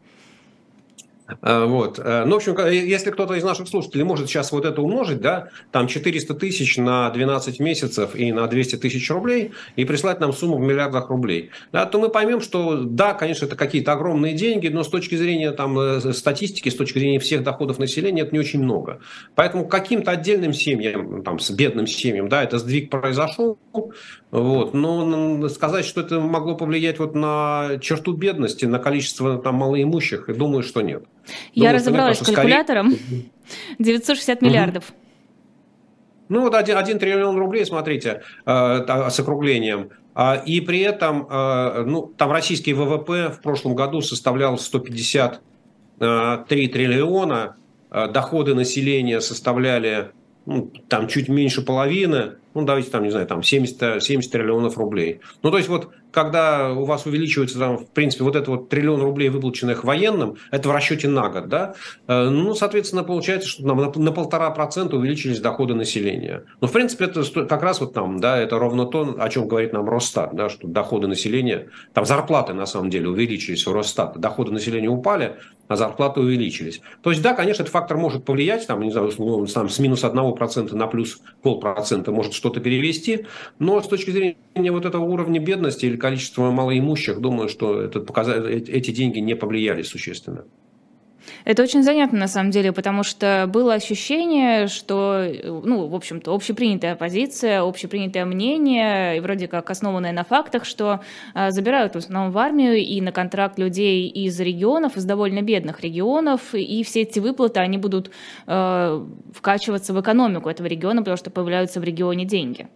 Вот. Ну, в общем, если кто-то из наших слушателей может сейчас вот это умножить, да, там четыреста тысяч на двенадцать месяцев и на двести тысяч рублей, и прислать нам сумму в миллиардах рублей, да, то мы поймем, что да, конечно, это какие-то огромные деньги, но с точки зрения там, статистики, с точки зрения всех доходов населения, это не очень много. Поэтому каким-то отдельным семьям, там, с бедным семьям, да, это сдвиг произошел, вот, но сказать, что это могло повлиять вот на черту бедности, на количество там малоимущих, думаю, что нет. Я Думаю, разобралась с калькулятором. Скорее... девятьсот шестьдесят миллиардов. Угу. Ну, вот один триллион рублей, смотрите, э, с округлением. И при этом, э, ну, там российский ВВП в прошлом году составлял сто пятьдесят три триллиона, доходы населения составляли, ну, там чуть меньше половины, ну, давайте там, не знаю, там семьдесят, семьдесят триллионов рублей. Ну, то есть вот, когда у вас увеличивается, там, в принципе, вот это вот триллион рублей, выплаченных военным, это в расчете на год, да, ну, соответственно, получается, что нам на, на полтора процента увеличились доходы населения. Ну, в принципе, это как раз вот там, да, это ровно то, о чем говорит нам Росстат, да, что доходы населения, там зарплаты, на самом деле, увеличились у Росстата, доходы населения упали, а зарплаты увеличились. То есть, да, конечно, этот фактор может повлиять, там, не знаю, там, с минус одного процента на плюс полпроцента может что-то перевести, но с точки зрения вот этого уровня бедности или количества малоимущих, думаю, что этот показатель, эти деньги не повлияли существенно. Это очень занятно, на самом деле, потому что было ощущение, что, ну, в общем-то, общепринятая позиция, общепринятое мнение, и вроде как основанное на фактах, что э, забирают в основном в армию и на контракт людей из регионов, из довольно бедных регионов, и все эти выплаты, они будут э, вкачиваться в экономику этого региона, потому что появляются в регионе деньги.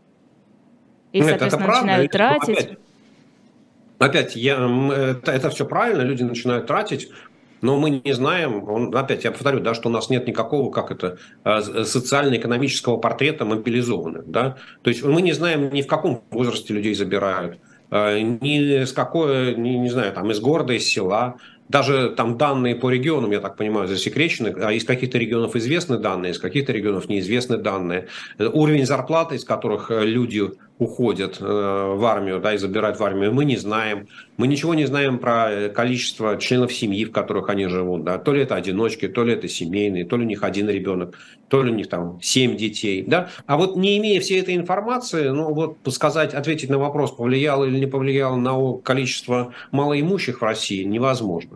И, Нет, соответственно, это начинают правда. тратить. Опять, опять я, это, это все правильно, люди начинают тратить. Но мы не знаем, он, опять я повторю, да, что у нас нет никакого, как это, социально-экономического портрета мобилизованных. Да? То есть мы не знаем, ни в каком возрасте людей забирают, ни с какой, ни, не знаю, там, из города, из села. Даже там данные по регионам, я так понимаю, засекречены, а из каких-то регионов известны данные, из каких-то регионов неизвестны данные. Уровень зарплаты, из которых люди уходят в армию, да, и забирают в армию, мы не знаем. Мы ничего не знаем про количество членов семьи, в которых они живут. Да. То ли это одиночки, то ли это семейные, то ли у них один ребенок, то ли у них там семь детей. Да. А вот не имея всей этой информации, ну вот сказать, ответить на вопрос, повлияло или не повлияло на количество малоимущих в России, невозможно.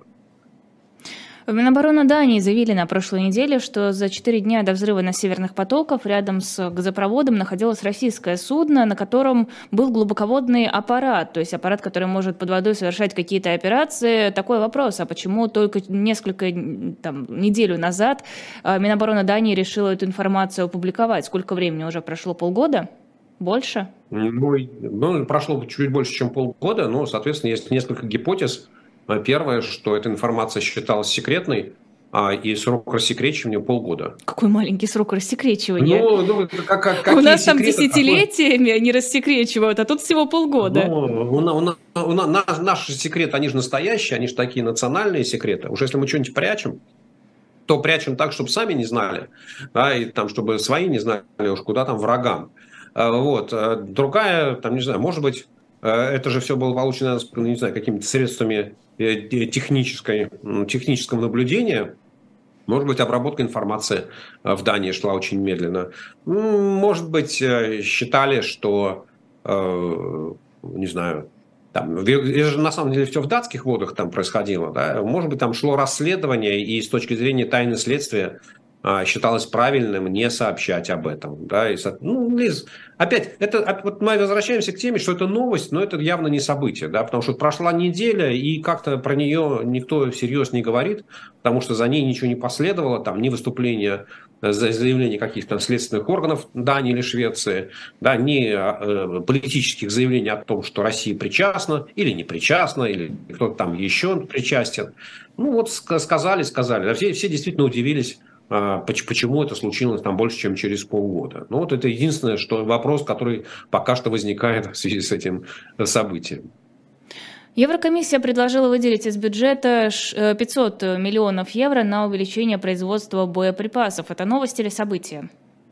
В Минобороны Дании заявили на прошлой неделе, что за четыре дня до взрыва на северных потоках рядом с газопроводом находилось российское судно, на котором был глубоководный аппарат, то есть аппарат, который может под водой совершать какие-то операции. Такой вопрос, а почему только несколько, там, неделю назад Минобороны Дании решила эту информацию опубликовать? Сколько времени уже прошло? Полгода? Больше? Ну, ну прошло чуть больше, чем полгода, но, соответственно, есть несколько гипотез. Первое, что эта информация считалась секретной, а и срок рассекречивания полгода. Какой маленький срок рассекречивания? Ну, ну как, как, у нас там десятилетиями такое... они рассекречивают, а тут всего полгода. Ну, у, у, у, у, наш, наши секреты, они же настоящие, они же такие национальные секреты. Уж если мы что-нибудь прячем, то прячем так, чтобы сами не знали, да, и там, чтобы свои не знали, уж куда там врагам. Вот. Другая, там, не знаю, может быть, это же все было получено, не знаю, какими-то средствами технической, технического наблюдения. Может быть, обработка информации в Дании шла очень медленно. Может быть, считали, что, не знаю, там, это же на самом деле все в датских водах там происходило. Да? Может быть, там шло расследование, и с точки зрения тайны следствия считалось правильным не сообщать об этом. Да? И, ну, опять, это, вот мы возвращаемся к теме, что это новость, но это явно не событие. Да? Потому что прошла неделя, и как-то про нее никто всерьез не говорит, потому что за ней ничего не последовало, там, ни выступления, заявления каких-то следственных органов Дании или Швеции, да, ни э, политических заявлений о том, что Россия причастна или не причастна, или кто-то там еще причастен. Ну вот сказали, сказали. Да, все, все действительно удивились, почему это случилось там больше, чем через полгода. Ну вот это единственное, что вопрос, который пока что возникает в связи с этим событием. Еврокомиссия предложила выделить из бюджета пятьсот миллионов евро на увеличение производства боеприпасов. Это новость или событие?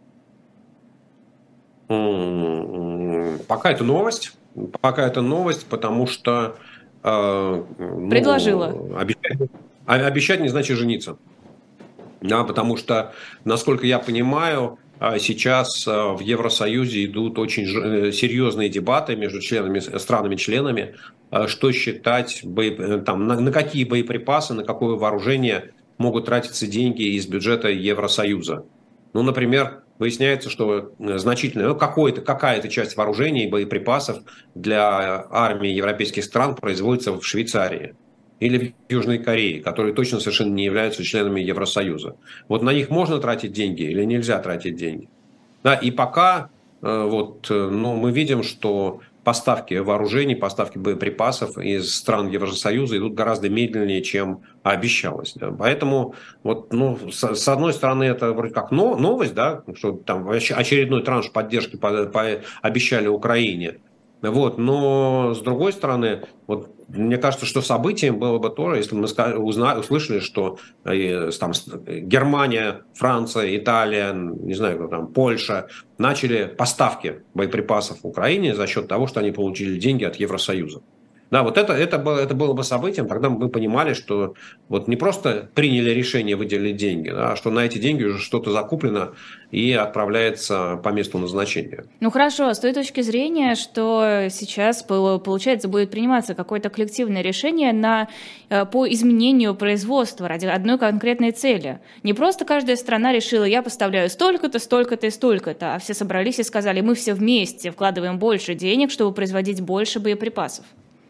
Пока это новость. Пока это новость, потому что э, ну, предложила. Обещать, обещать не значит жениться. Да, потому что, насколько я понимаю, сейчас в Евросоюзе идут очень серьезные дебаты между членами, странами-членами, что считать, там, на, на какие боеприпасы, на какое вооружение могут тратиться деньги из бюджета Евросоюза. Ну, например, выясняется, что значительная, ну, какая-то часть вооружений и боеприпасов для армии европейских стран производится в Швейцарии или в Южной Корее, которые точно совершенно не являются членами Евросоюза. Вот на них можно тратить деньги или нельзя тратить деньги? Да, и пока вот, ну, мы видим, что поставки вооружений, поставки боеприпасов из стран Евросоюза идут гораздо медленнее, чем обещалось. Да. Поэтому, вот, ну, с, с одной стороны, это вроде как новость, да, что там очередной транш поддержки по, по, обещали Украине. Вот, но с другой стороны, вот, мне кажется, что событием было бы то, если бы мы узнали, услышали, что э, там, Германия, Франция, Италия, не знаю, там, Польша начали поставки боеприпасов в Украине за счет того, что они получили деньги от Евросоюза. Да, вот это, это, было, это было бы событием, тогда мы понимали, что вот не просто приняли решение выделить деньги, да, а что на эти деньги уже что-то закуплено и отправляется по месту назначения. Ну хорошо, с той точки зрения, что сейчас, получается, будет приниматься какое-то коллективное решение на, по изменению производства ради одной конкретной цели. Не просто каждая страна решила, я поставляю столько-то, столько-то и столько-то, а все собрались и сказали, мы все вместе вкладываем больше денег, чтобы производить больше боеприпасов.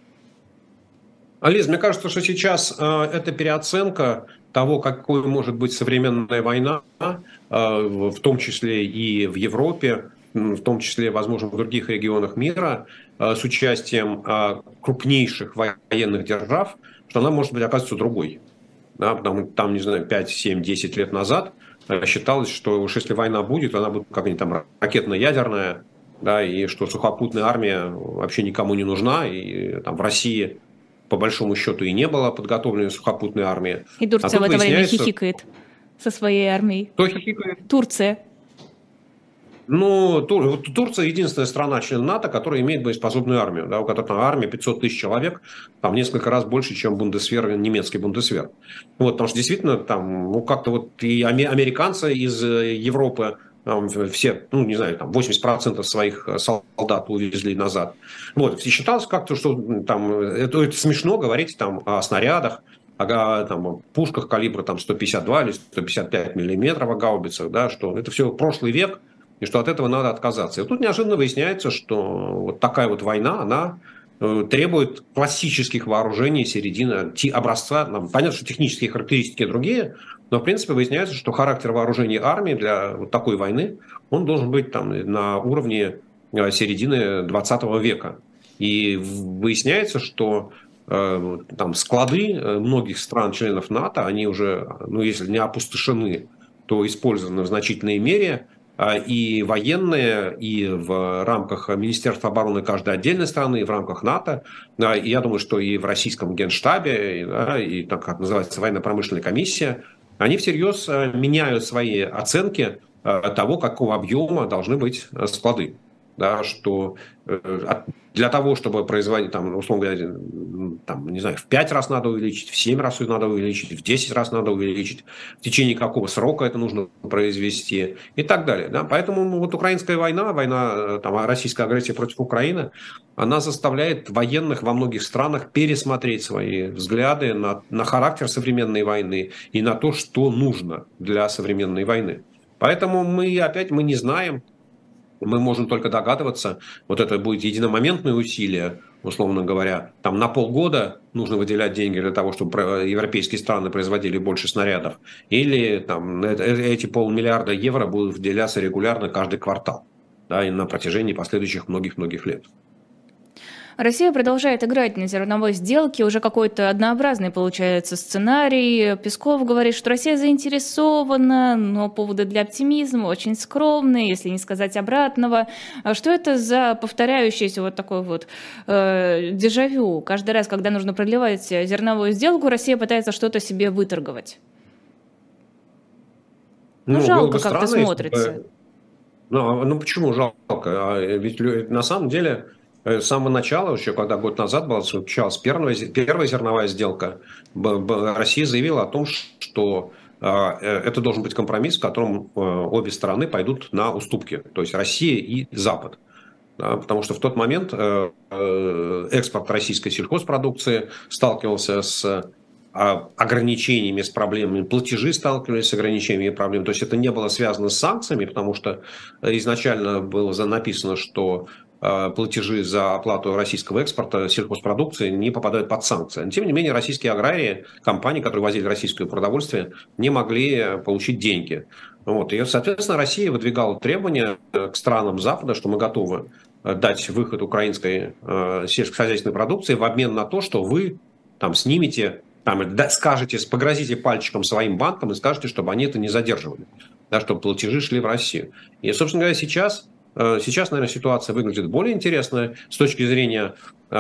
Лиз, мне кажется, что сейчас э, это переоценка того, какой может быть современная война, э, в том числе и в Европе, в том числе, возможно, в других регионах мира, э, с участием э, крупнейших военных держав, что она может быть оказывается другой. Да, потому что там, не знаю, пять, семь, десять лет назад э, считалось, что уж если война будет, она будет как-нибудь там ракетно-ядерная, да, и что сухопутная армия вообще никому не нужна, и там в России по большому счету и не было подготовленной сухопутной армии. И Турция а в это время хихикает со своей армией. Кто хихикает? Турция. Ну, Тур, Турция единственная страна-член НАТО, которая имеет боеспособную армию, да, у которой там армия пятьсот тысяч человек, там несколько раз больше, чем Бундесвер, немецкий Бундесвер. Вот, потому что действительно там, ну, как-то вот и американцы из Европы, все, ну, не знаю, там восемьдесят процентов своих солдат увезли назад. Вот, и считалось как-то, что там, это, это смешно говорить там о снарядах, о там, пушках калибра там, сто пятьдесят два или сто пятьдесят пять миллиметров, о гаубицах, да, что это все прошлый век, и что от этого надо отказаться. И тут неожиданно выясняется, что вот такая вот война, она требует классических вооружений середины образца. Нам понятно, что технические характеристики другие, но в принципе выясняется, что характер вооружений армии для вот такой войны, он должен быть там на уровне середины двадцатого века. И выясняется, что э, там склады многих стран-членов НАТО, они уже, ну если не опустошены, то использованы в значительной мере. И военные, и в рамках Министерства обороны каждой отдельной страны, и в рамках НАТО. И я думаю, что и в российском Генштабе, и, да, и так как называется военно-промышленная комиссия, они всерьез меняют свои оценки того, какого объема должны быть склады. да, что э, для того, чтобы производить, там, условно говоря, там, не знаю, в пять раз надо увеличить, в семь раз надо увеличить, в десять раз надо увеличить, в течение какого срока это нужно произвести и так далее. Да? Поэтому ну, вот украинская война, война, там, российская агрессия против Украины, она заставляет военных во многих странах пересмотреть свои взгляды на, на характер современной войны и на то, что нужно для современной войны. Поэтому мы опять мы не знаем, мы можем только догадываться, вот это будет единомоментное усилие, условно говоря, там на полгода нужно выделять деньги для того, чтобы европейские страны производили больше снарядов, или там эти полмиллиарда евро будут выделяться регулярно каждый квартал, да, и на протяжении последующих многих-многих лет. Россия продолжает играть на зерновой сделке, уже какой-то однообразный получается сценарий. Песков говорит, что Россия заинтересована, но поводы для оптимизма очень скромные, если не сказать обратного. Что это за повторяющийся вот такой вот э, дежавю? Каждый раз, когда нужно продлевать зерновую сделку, Россия пытается что-то себе выторговать. Ну, ну жалко как-то смотрится. Бы... Ну, ну почему жалко? Ведь на самом деле... С самого начала, еще когда год назад была заключалась первая, первая зерновая сделка, Россия заявила о том, что это должен быть компромисс, в котором обе стороны пойдут на уступки, то есть Россия и Запад. Потому что в тот момент экспорт российской сельхозпродукции сталкивался с ограничениями, с проблемами, платежи сталкивались с ограничениями и проблемами. То есть это не было связано с санкциями, потому что изначально было написано, что платежи за оплату российского экспорта сельхозпродукции не попадают под санкции. Но, тем не менее, российские аграрии, компании, которые возили российское продовольствие, не могли получить деньги. Вот. И, соответственно, Россия выдвигала требования к странам Запада, что мы готовы дать выход украинской сельскохозяйственной продукции в обмен на то, что вы там снимете, там, скажете, погрозите пальчиком своим банкам и скажете, чтобы они это не задерживали, да, чтобы платежи шли в Россию. И, собственно говоря, сейчас... Сейчас, наверное, ситуация выглядит более интересной с точки зрения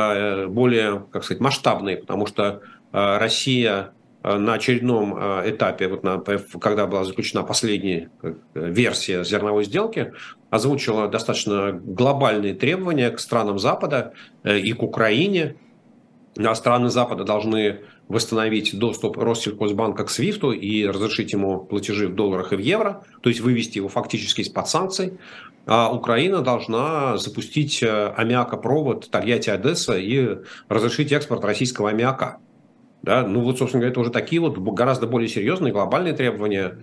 более, как сказать, масштабной, потому что Россия на очередном этапе, вот на, когда была заключена последняя версия зерновой сделки, озвучила достаточно глобальные требования к странам Запада и к Украине. Страны Запада должны восстановить доступ Россельхозбанка к свифту и разрешить ему платежи в долларах и в евро, то есть вывести его фактически из-под санкций. А Украина должна запустить аммиакопровод Тольятти-Одесса и разрешить экспорт российского аммиака. Да? Ну вот, собственно говоря, это уже такие вот гораздо более серьезные глобальные требования.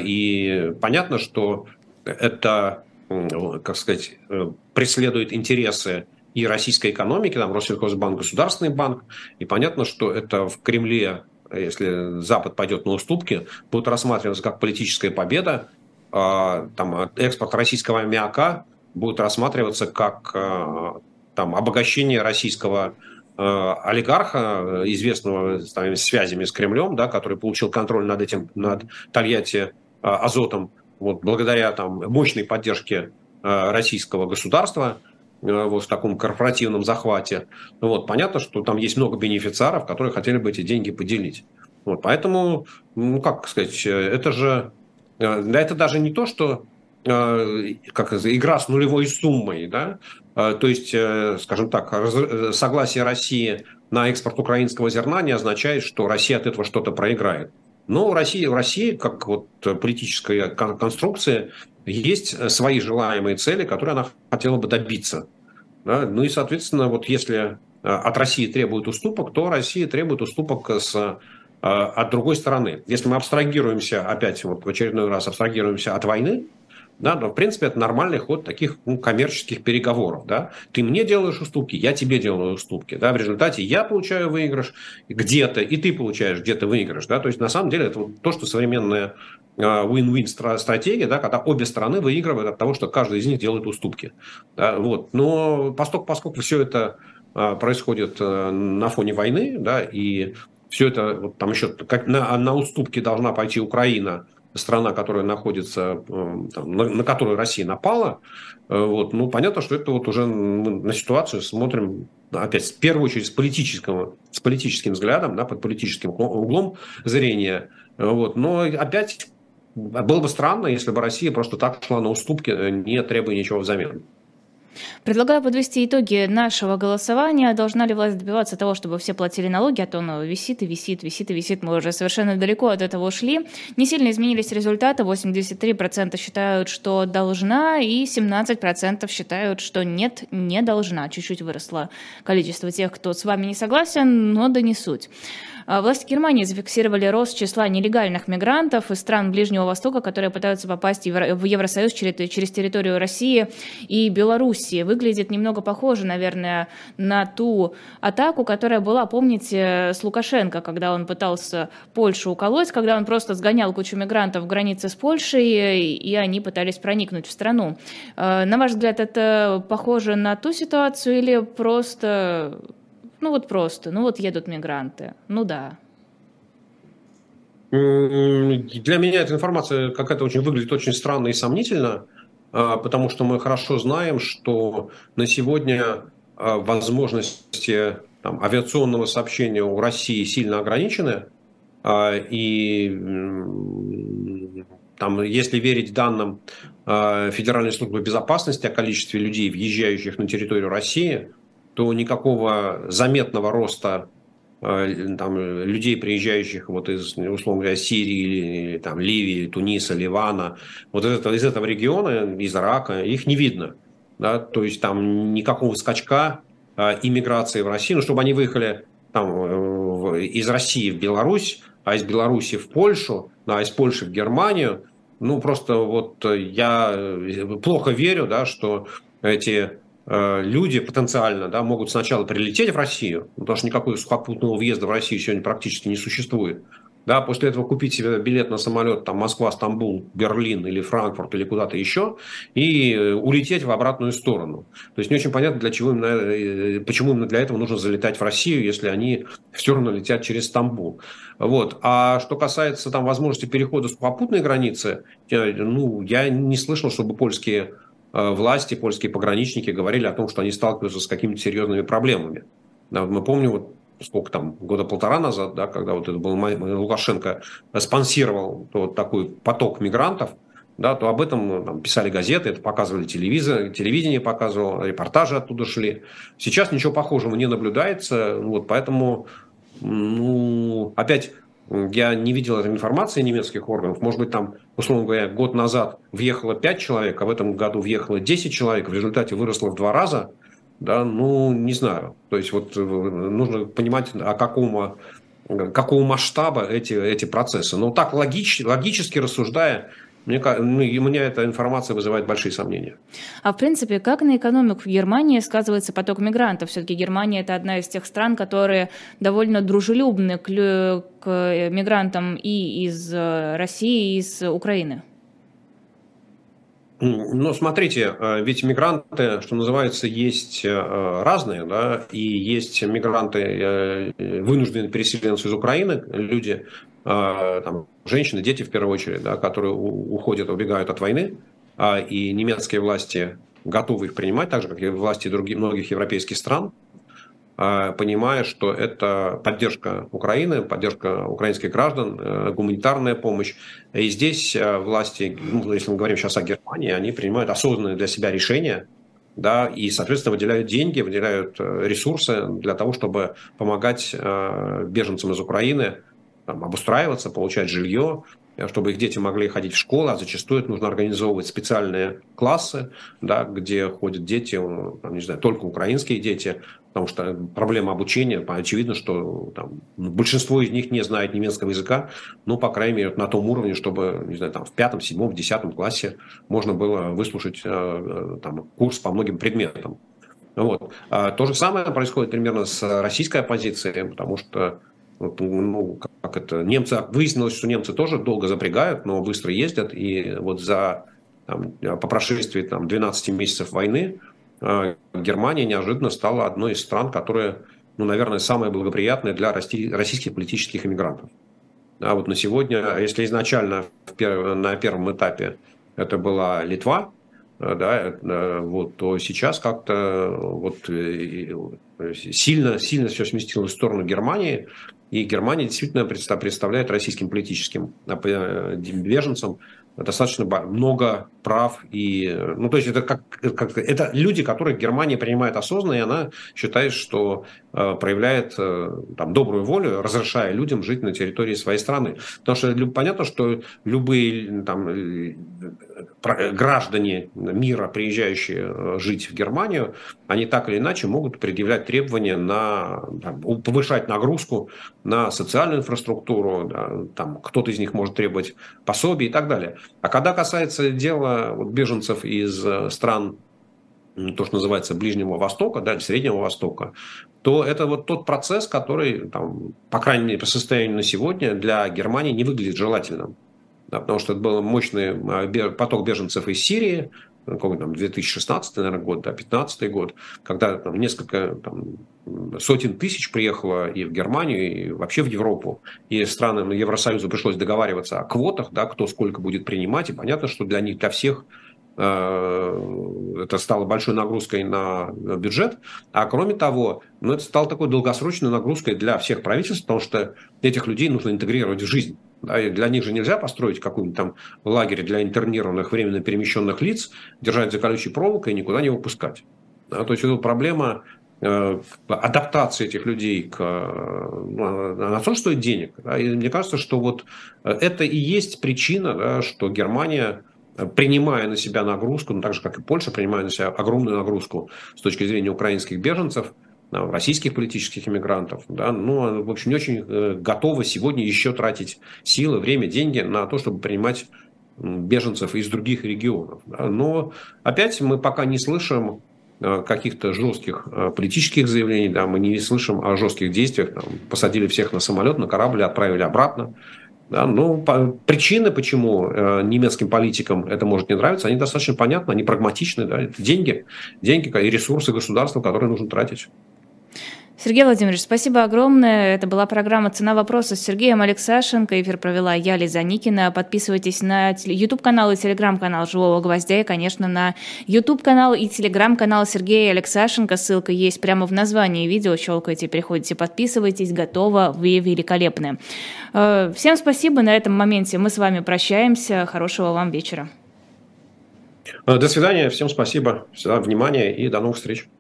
И понятно, что это, как сказать, преследует интересы и российской экономики, там Россельхозбанк, Государственный банк. И понятно, что это в Кремле, если Запад пойдет на уступки, будет рассматриваться как политическая победа. Там, экспорт российского аммиака будет рассматриваться как там, обогащение российского олигарха, известного своими связями с Кремлем, да, который получил контроль над этим, над Тольятти азотом, вот, благодаря там, мощной поддержке российского государства вот, в таком корпоративном захвате. Вот, понятно, что там есть много бенефициаров, которые хотели бы эти деньги поделить. Вот, поэтому, ну как сказать, это же Да, это даже не то, что как игра с нулевой суммой, да? То есть, скажем так, согласие России на экспорт украинского зерна не означает, что Россия от этого что-то проиграет. Но у России, у России, как вот политическая конструкция, есть свои желаемые цели, которые она хотела бы добиться. Да? Ну и, соответственно, вот если от России требуют уступок, то Россия требует уступок с от другой стороны. Если мы абстрагируемся, опять вот в очередной раз абстрагируемся от войны, да, то в принципе это нормальный ход таких ну, коммерческих переговоров. Да. Ты мне делаешь уступки, я тебе делаю уступки. Да. В результате я получаю выигрыш где-то, и ты получаешь где-то выигрыш. Да. То есть на самом деле это вот то, что современная win-win стратегия, да, когда обе стороны выигрывают от того, что каждый из них делает уступки. Да. Вот. Но поскольку, поскольку все это происходит на фоне войны, да, и все это, вот там еще как на, на уступки должна пойти Украина, страна, которая находится, там, на, на которую Россия напала. Вот, ну, понятно, что это вот уже на ситуацию смотрим, опять, в первую очередь, с политическим, с политическим взглядом, да, под политическим углом зрения. Вот, но опять было бы странно, если бы Россия просто так шла на уступки, не требуя ничего взамен. Предлагаю подвести итоги нашего голосования. Должна ли власть добиваться того, чтобы все платили налоги, а то оно висит и висит, висит и висит. Мы уже совершенно далеко от этого ушли. Не сильно изменились результаты. восемьдесят три процента считают, что должна, и семнадцать процентов считают, что нет, не должна. Чуть-чуть выросло количество тех, кто с вами не согласен, но да не суть. Власти Германии зафиксировали рост числа нелегальных мигрантов из стран Ближнего Востока, которые пытаются попасть в Евросоюз через территорию России и Белоруссии. Выглядит немного похоже, наверное, на ту атаку, которая была, помните, с Лукашенко, когда он пытался Польшу уколоть, когда он просто сгонял кучу мигрантов в границе с Польшей, и они пытались проникнуть в страну. На ваш взгляд, это похоже на ту ситуацию или просто... Ну вот просто, ну вот едут мигранты, ну да. Для меня эта информация какая-то очень выглядит очень странно и сомнительно, потому что мы хорошо знаем, что на сегодня возможности там, авиационного сообщения у России сильно ограничены, и там, если верить данным Федеральной службы безопасности о количестве людей, въезжающих на территорию России, то никакого заметного роста там, людей, приезжающих вот из, условно говоря, Сирии, или, там, Ливии, Туниса, Ливана, вот из этого, из этого региона, из Ирака, их не видно. Да? То есть там никакого скачка иммиграции в Россию, ну, чтобы они выехали там, из России в Беларусь, а из Беларуси в Польшу, а из Польши в Германию. Ну, просто вот я плохо верю, да, что эти... люди потенциально да, могут сначала прилететь в Россию, потому что никакого сухопутного въезда в Россию сегодня практически не существует. Да, после этого купить себе билет на самолет там, Москва, Стамбул, Берлин или Франкфурт или куда-то еще и улететь в обратную сторону. То есть не очень понятно, для чего именно, почему именно для этого нужно залетать в Россию, если они все равно летят через Стамбул. Вот. А что касается там, возможности перехода сухопутной границы, ну, я не слышал, чтобы польские власти, польские пограничники говорили о том, что они сталкиваются с какими-то серьезными проблемами. Да, мы помним, вот сколько там, года полтора назад, да, когда вот это был Лукашенко спонсировал вот такой поток мигрантов, да, то об этом там, писали газеты, это показывали телевизор, телевидение показывало, репортажи оттуда шли. Сейчас ничего похожего не наблюдается, вот, поэтому, ну, опять... Я не видел этой информации немецких органов. Может быть, там, условно говоря, год назад въехало пять человек, а в этом году въехало десять человек, в результате выросло в два раза. Да, ну, не знаю. То есть, вот нужно понимать, о какому, какого масштаба эти, эти процессы. Но так логич, логически рассуждая, мне, меня эта информация вызывает большие сомнения. А в принципе, как на экономику в Германии сказывается поток мигрантов? Все-таки Германия – это одна из тех стран, которые довольно дружелюбны к, к мигрантам и из России, и из Украины. Ну, смотрите, ведь мигранты, что называется, есть разные, да, и есть мигранты, вынужденные переселенцы из Украины, люди, там, женщины, дети в первую очередь, да, которые уходят, убегают от войны, и немецкие власти готовы их принимать, так же, как и власти других, многих европейских стран, понимая, что это поддержка Украины, поддержка украинских граждан, гуманитарная помощь. И здесь власти, ну, если мы говорим сейчас о Германии, они принимают осознанные для себя решения, да, и, соответственно, выделяют деньги, выделяют ресурсы для того, чтобы помогать беженцам из Украины там, обустраиваться, получать жилье, чтобы их дети могли ходить в школу, а зачастую это нужно организовывать специальные классы, да, где ходят дети, там, не знаю, только украинские дети, потому что проблема обучения, очевидно, что там, большинство из них не знает немецкого языка, ну, по крайней мере, на том уровне, чтобы, не знаю, там, в пятом, седьмом, в десятом классе можно было выслушать там, курс по многим предметам. Вот. А то же самое происходит примерно с российской оппозицией, потому что Вот, ну, как это, немцы, выяснилось, что немцы тоже долго запрягают, но быстро ездят, и вот за, там, по прошествии там, двенадцати месяцев войны э, Германия неожиданно стала одной из стран, которая, ну, наверное, самая благоприятная для расти, российских политических иммигрантов. А вот на сегодня, если изначально в пер, на первом этапе это была Литва, да, вот, то сейчас как-то вот, сильно, сильно все сместилось в сторону Германии, и Германия действительно представляет российским политическим беженцам достаточно много прав. И, ну, то есть это, как, как, это люди, которых Германия принимает осознанно, и она считает, что э, проявляет э, там, добрую волю, разрешая людям жить на территории своей страны. Потому что понятно, что любые там, граждане мира, приезжающие жить в Германию, они так или иначе могут предъявлять требования на там, повышать нагрузку на социальную инфраструктуру, да, там кто-то из них может требовать пособий и так далее. А когда касается дела вот, беженцев из стран, то, что называется Ближнего Востока, да, Среднего Востока, то это вот тот процесс, который, там, по крайней мере, по состоянию на сегодня для Германии не выглядит желательным. Да, потому что это был мощный поток беженцев из Сирии, какой там две тысячи шестнадцатый, наверное, год, да, две тысячи пятнадцатый год, когда там, несколько там, сотен тысяч приехало и в Германию, и вообще в Европу. И странам Евросоюза пришлось договариваться о квотах, да, кто сколько будет принимать. И понятно, что для них, для всех это стало большой нагрузкой на бюджет, а кроме того, ну, это стало такой долгосрочной нагрузкой для всех правительств, потому что этих людей нужно интегрировать в жизнь. Да, и для них же нельзя построить какой-нибудь там лагерь для интернированных, временно перемещенных лиц, держать за колючей проволокой и никуда не выпускать. Да, то есть это проблема э, адаптации этих людей к... Ну, на то, что стоит денег. Да, и мне кажется, что вот это и есть причина, да, что Германия, принимая на себя нагрузку, ну, так же, как и Польша, принимая на себя огромную нагрузку с точки зрения украинских беженцев, российских политических иммигрантов, да, ну, в общем, не очень готова сегодня еще тратить силы, время, деньги на то, чтобы принимать беженцев из других регионов. Да. Но опять мы пока не слышим каких-то жестких политических заявлений, да, мы не слышим о жестких действиях, там, посадили всех на самолет, на корабль, отправили обратно. Да, ну, по, причины, почему э, немецким политикам это может не нравиться, они достаточно понятны, они прагматичны. Да, это деньги, деньги и ресурсы государства, которые нужно тратить. Сергей Владимирович, спасибо огромное. Это была программа «Цена вопроса» с Сергеем Алексашенко. Эфир провела я, Лиза Никина. Подписывайтесь на YouTube-канал и телеграм-канал «Живого гвоздя» и, конечно, на YouTube-канал и телеграм-канал Сергея Алексашенко. Ссылка есть прямо в названии видео. Щелкайте, переходите, подписывайтесь. Готово, вы великолепны. Всем спасибо. На этом моменте мы с вами прощаемся. Хорошего вам вечера. До свидания. Всем спасибо за внимание и до новых встреч.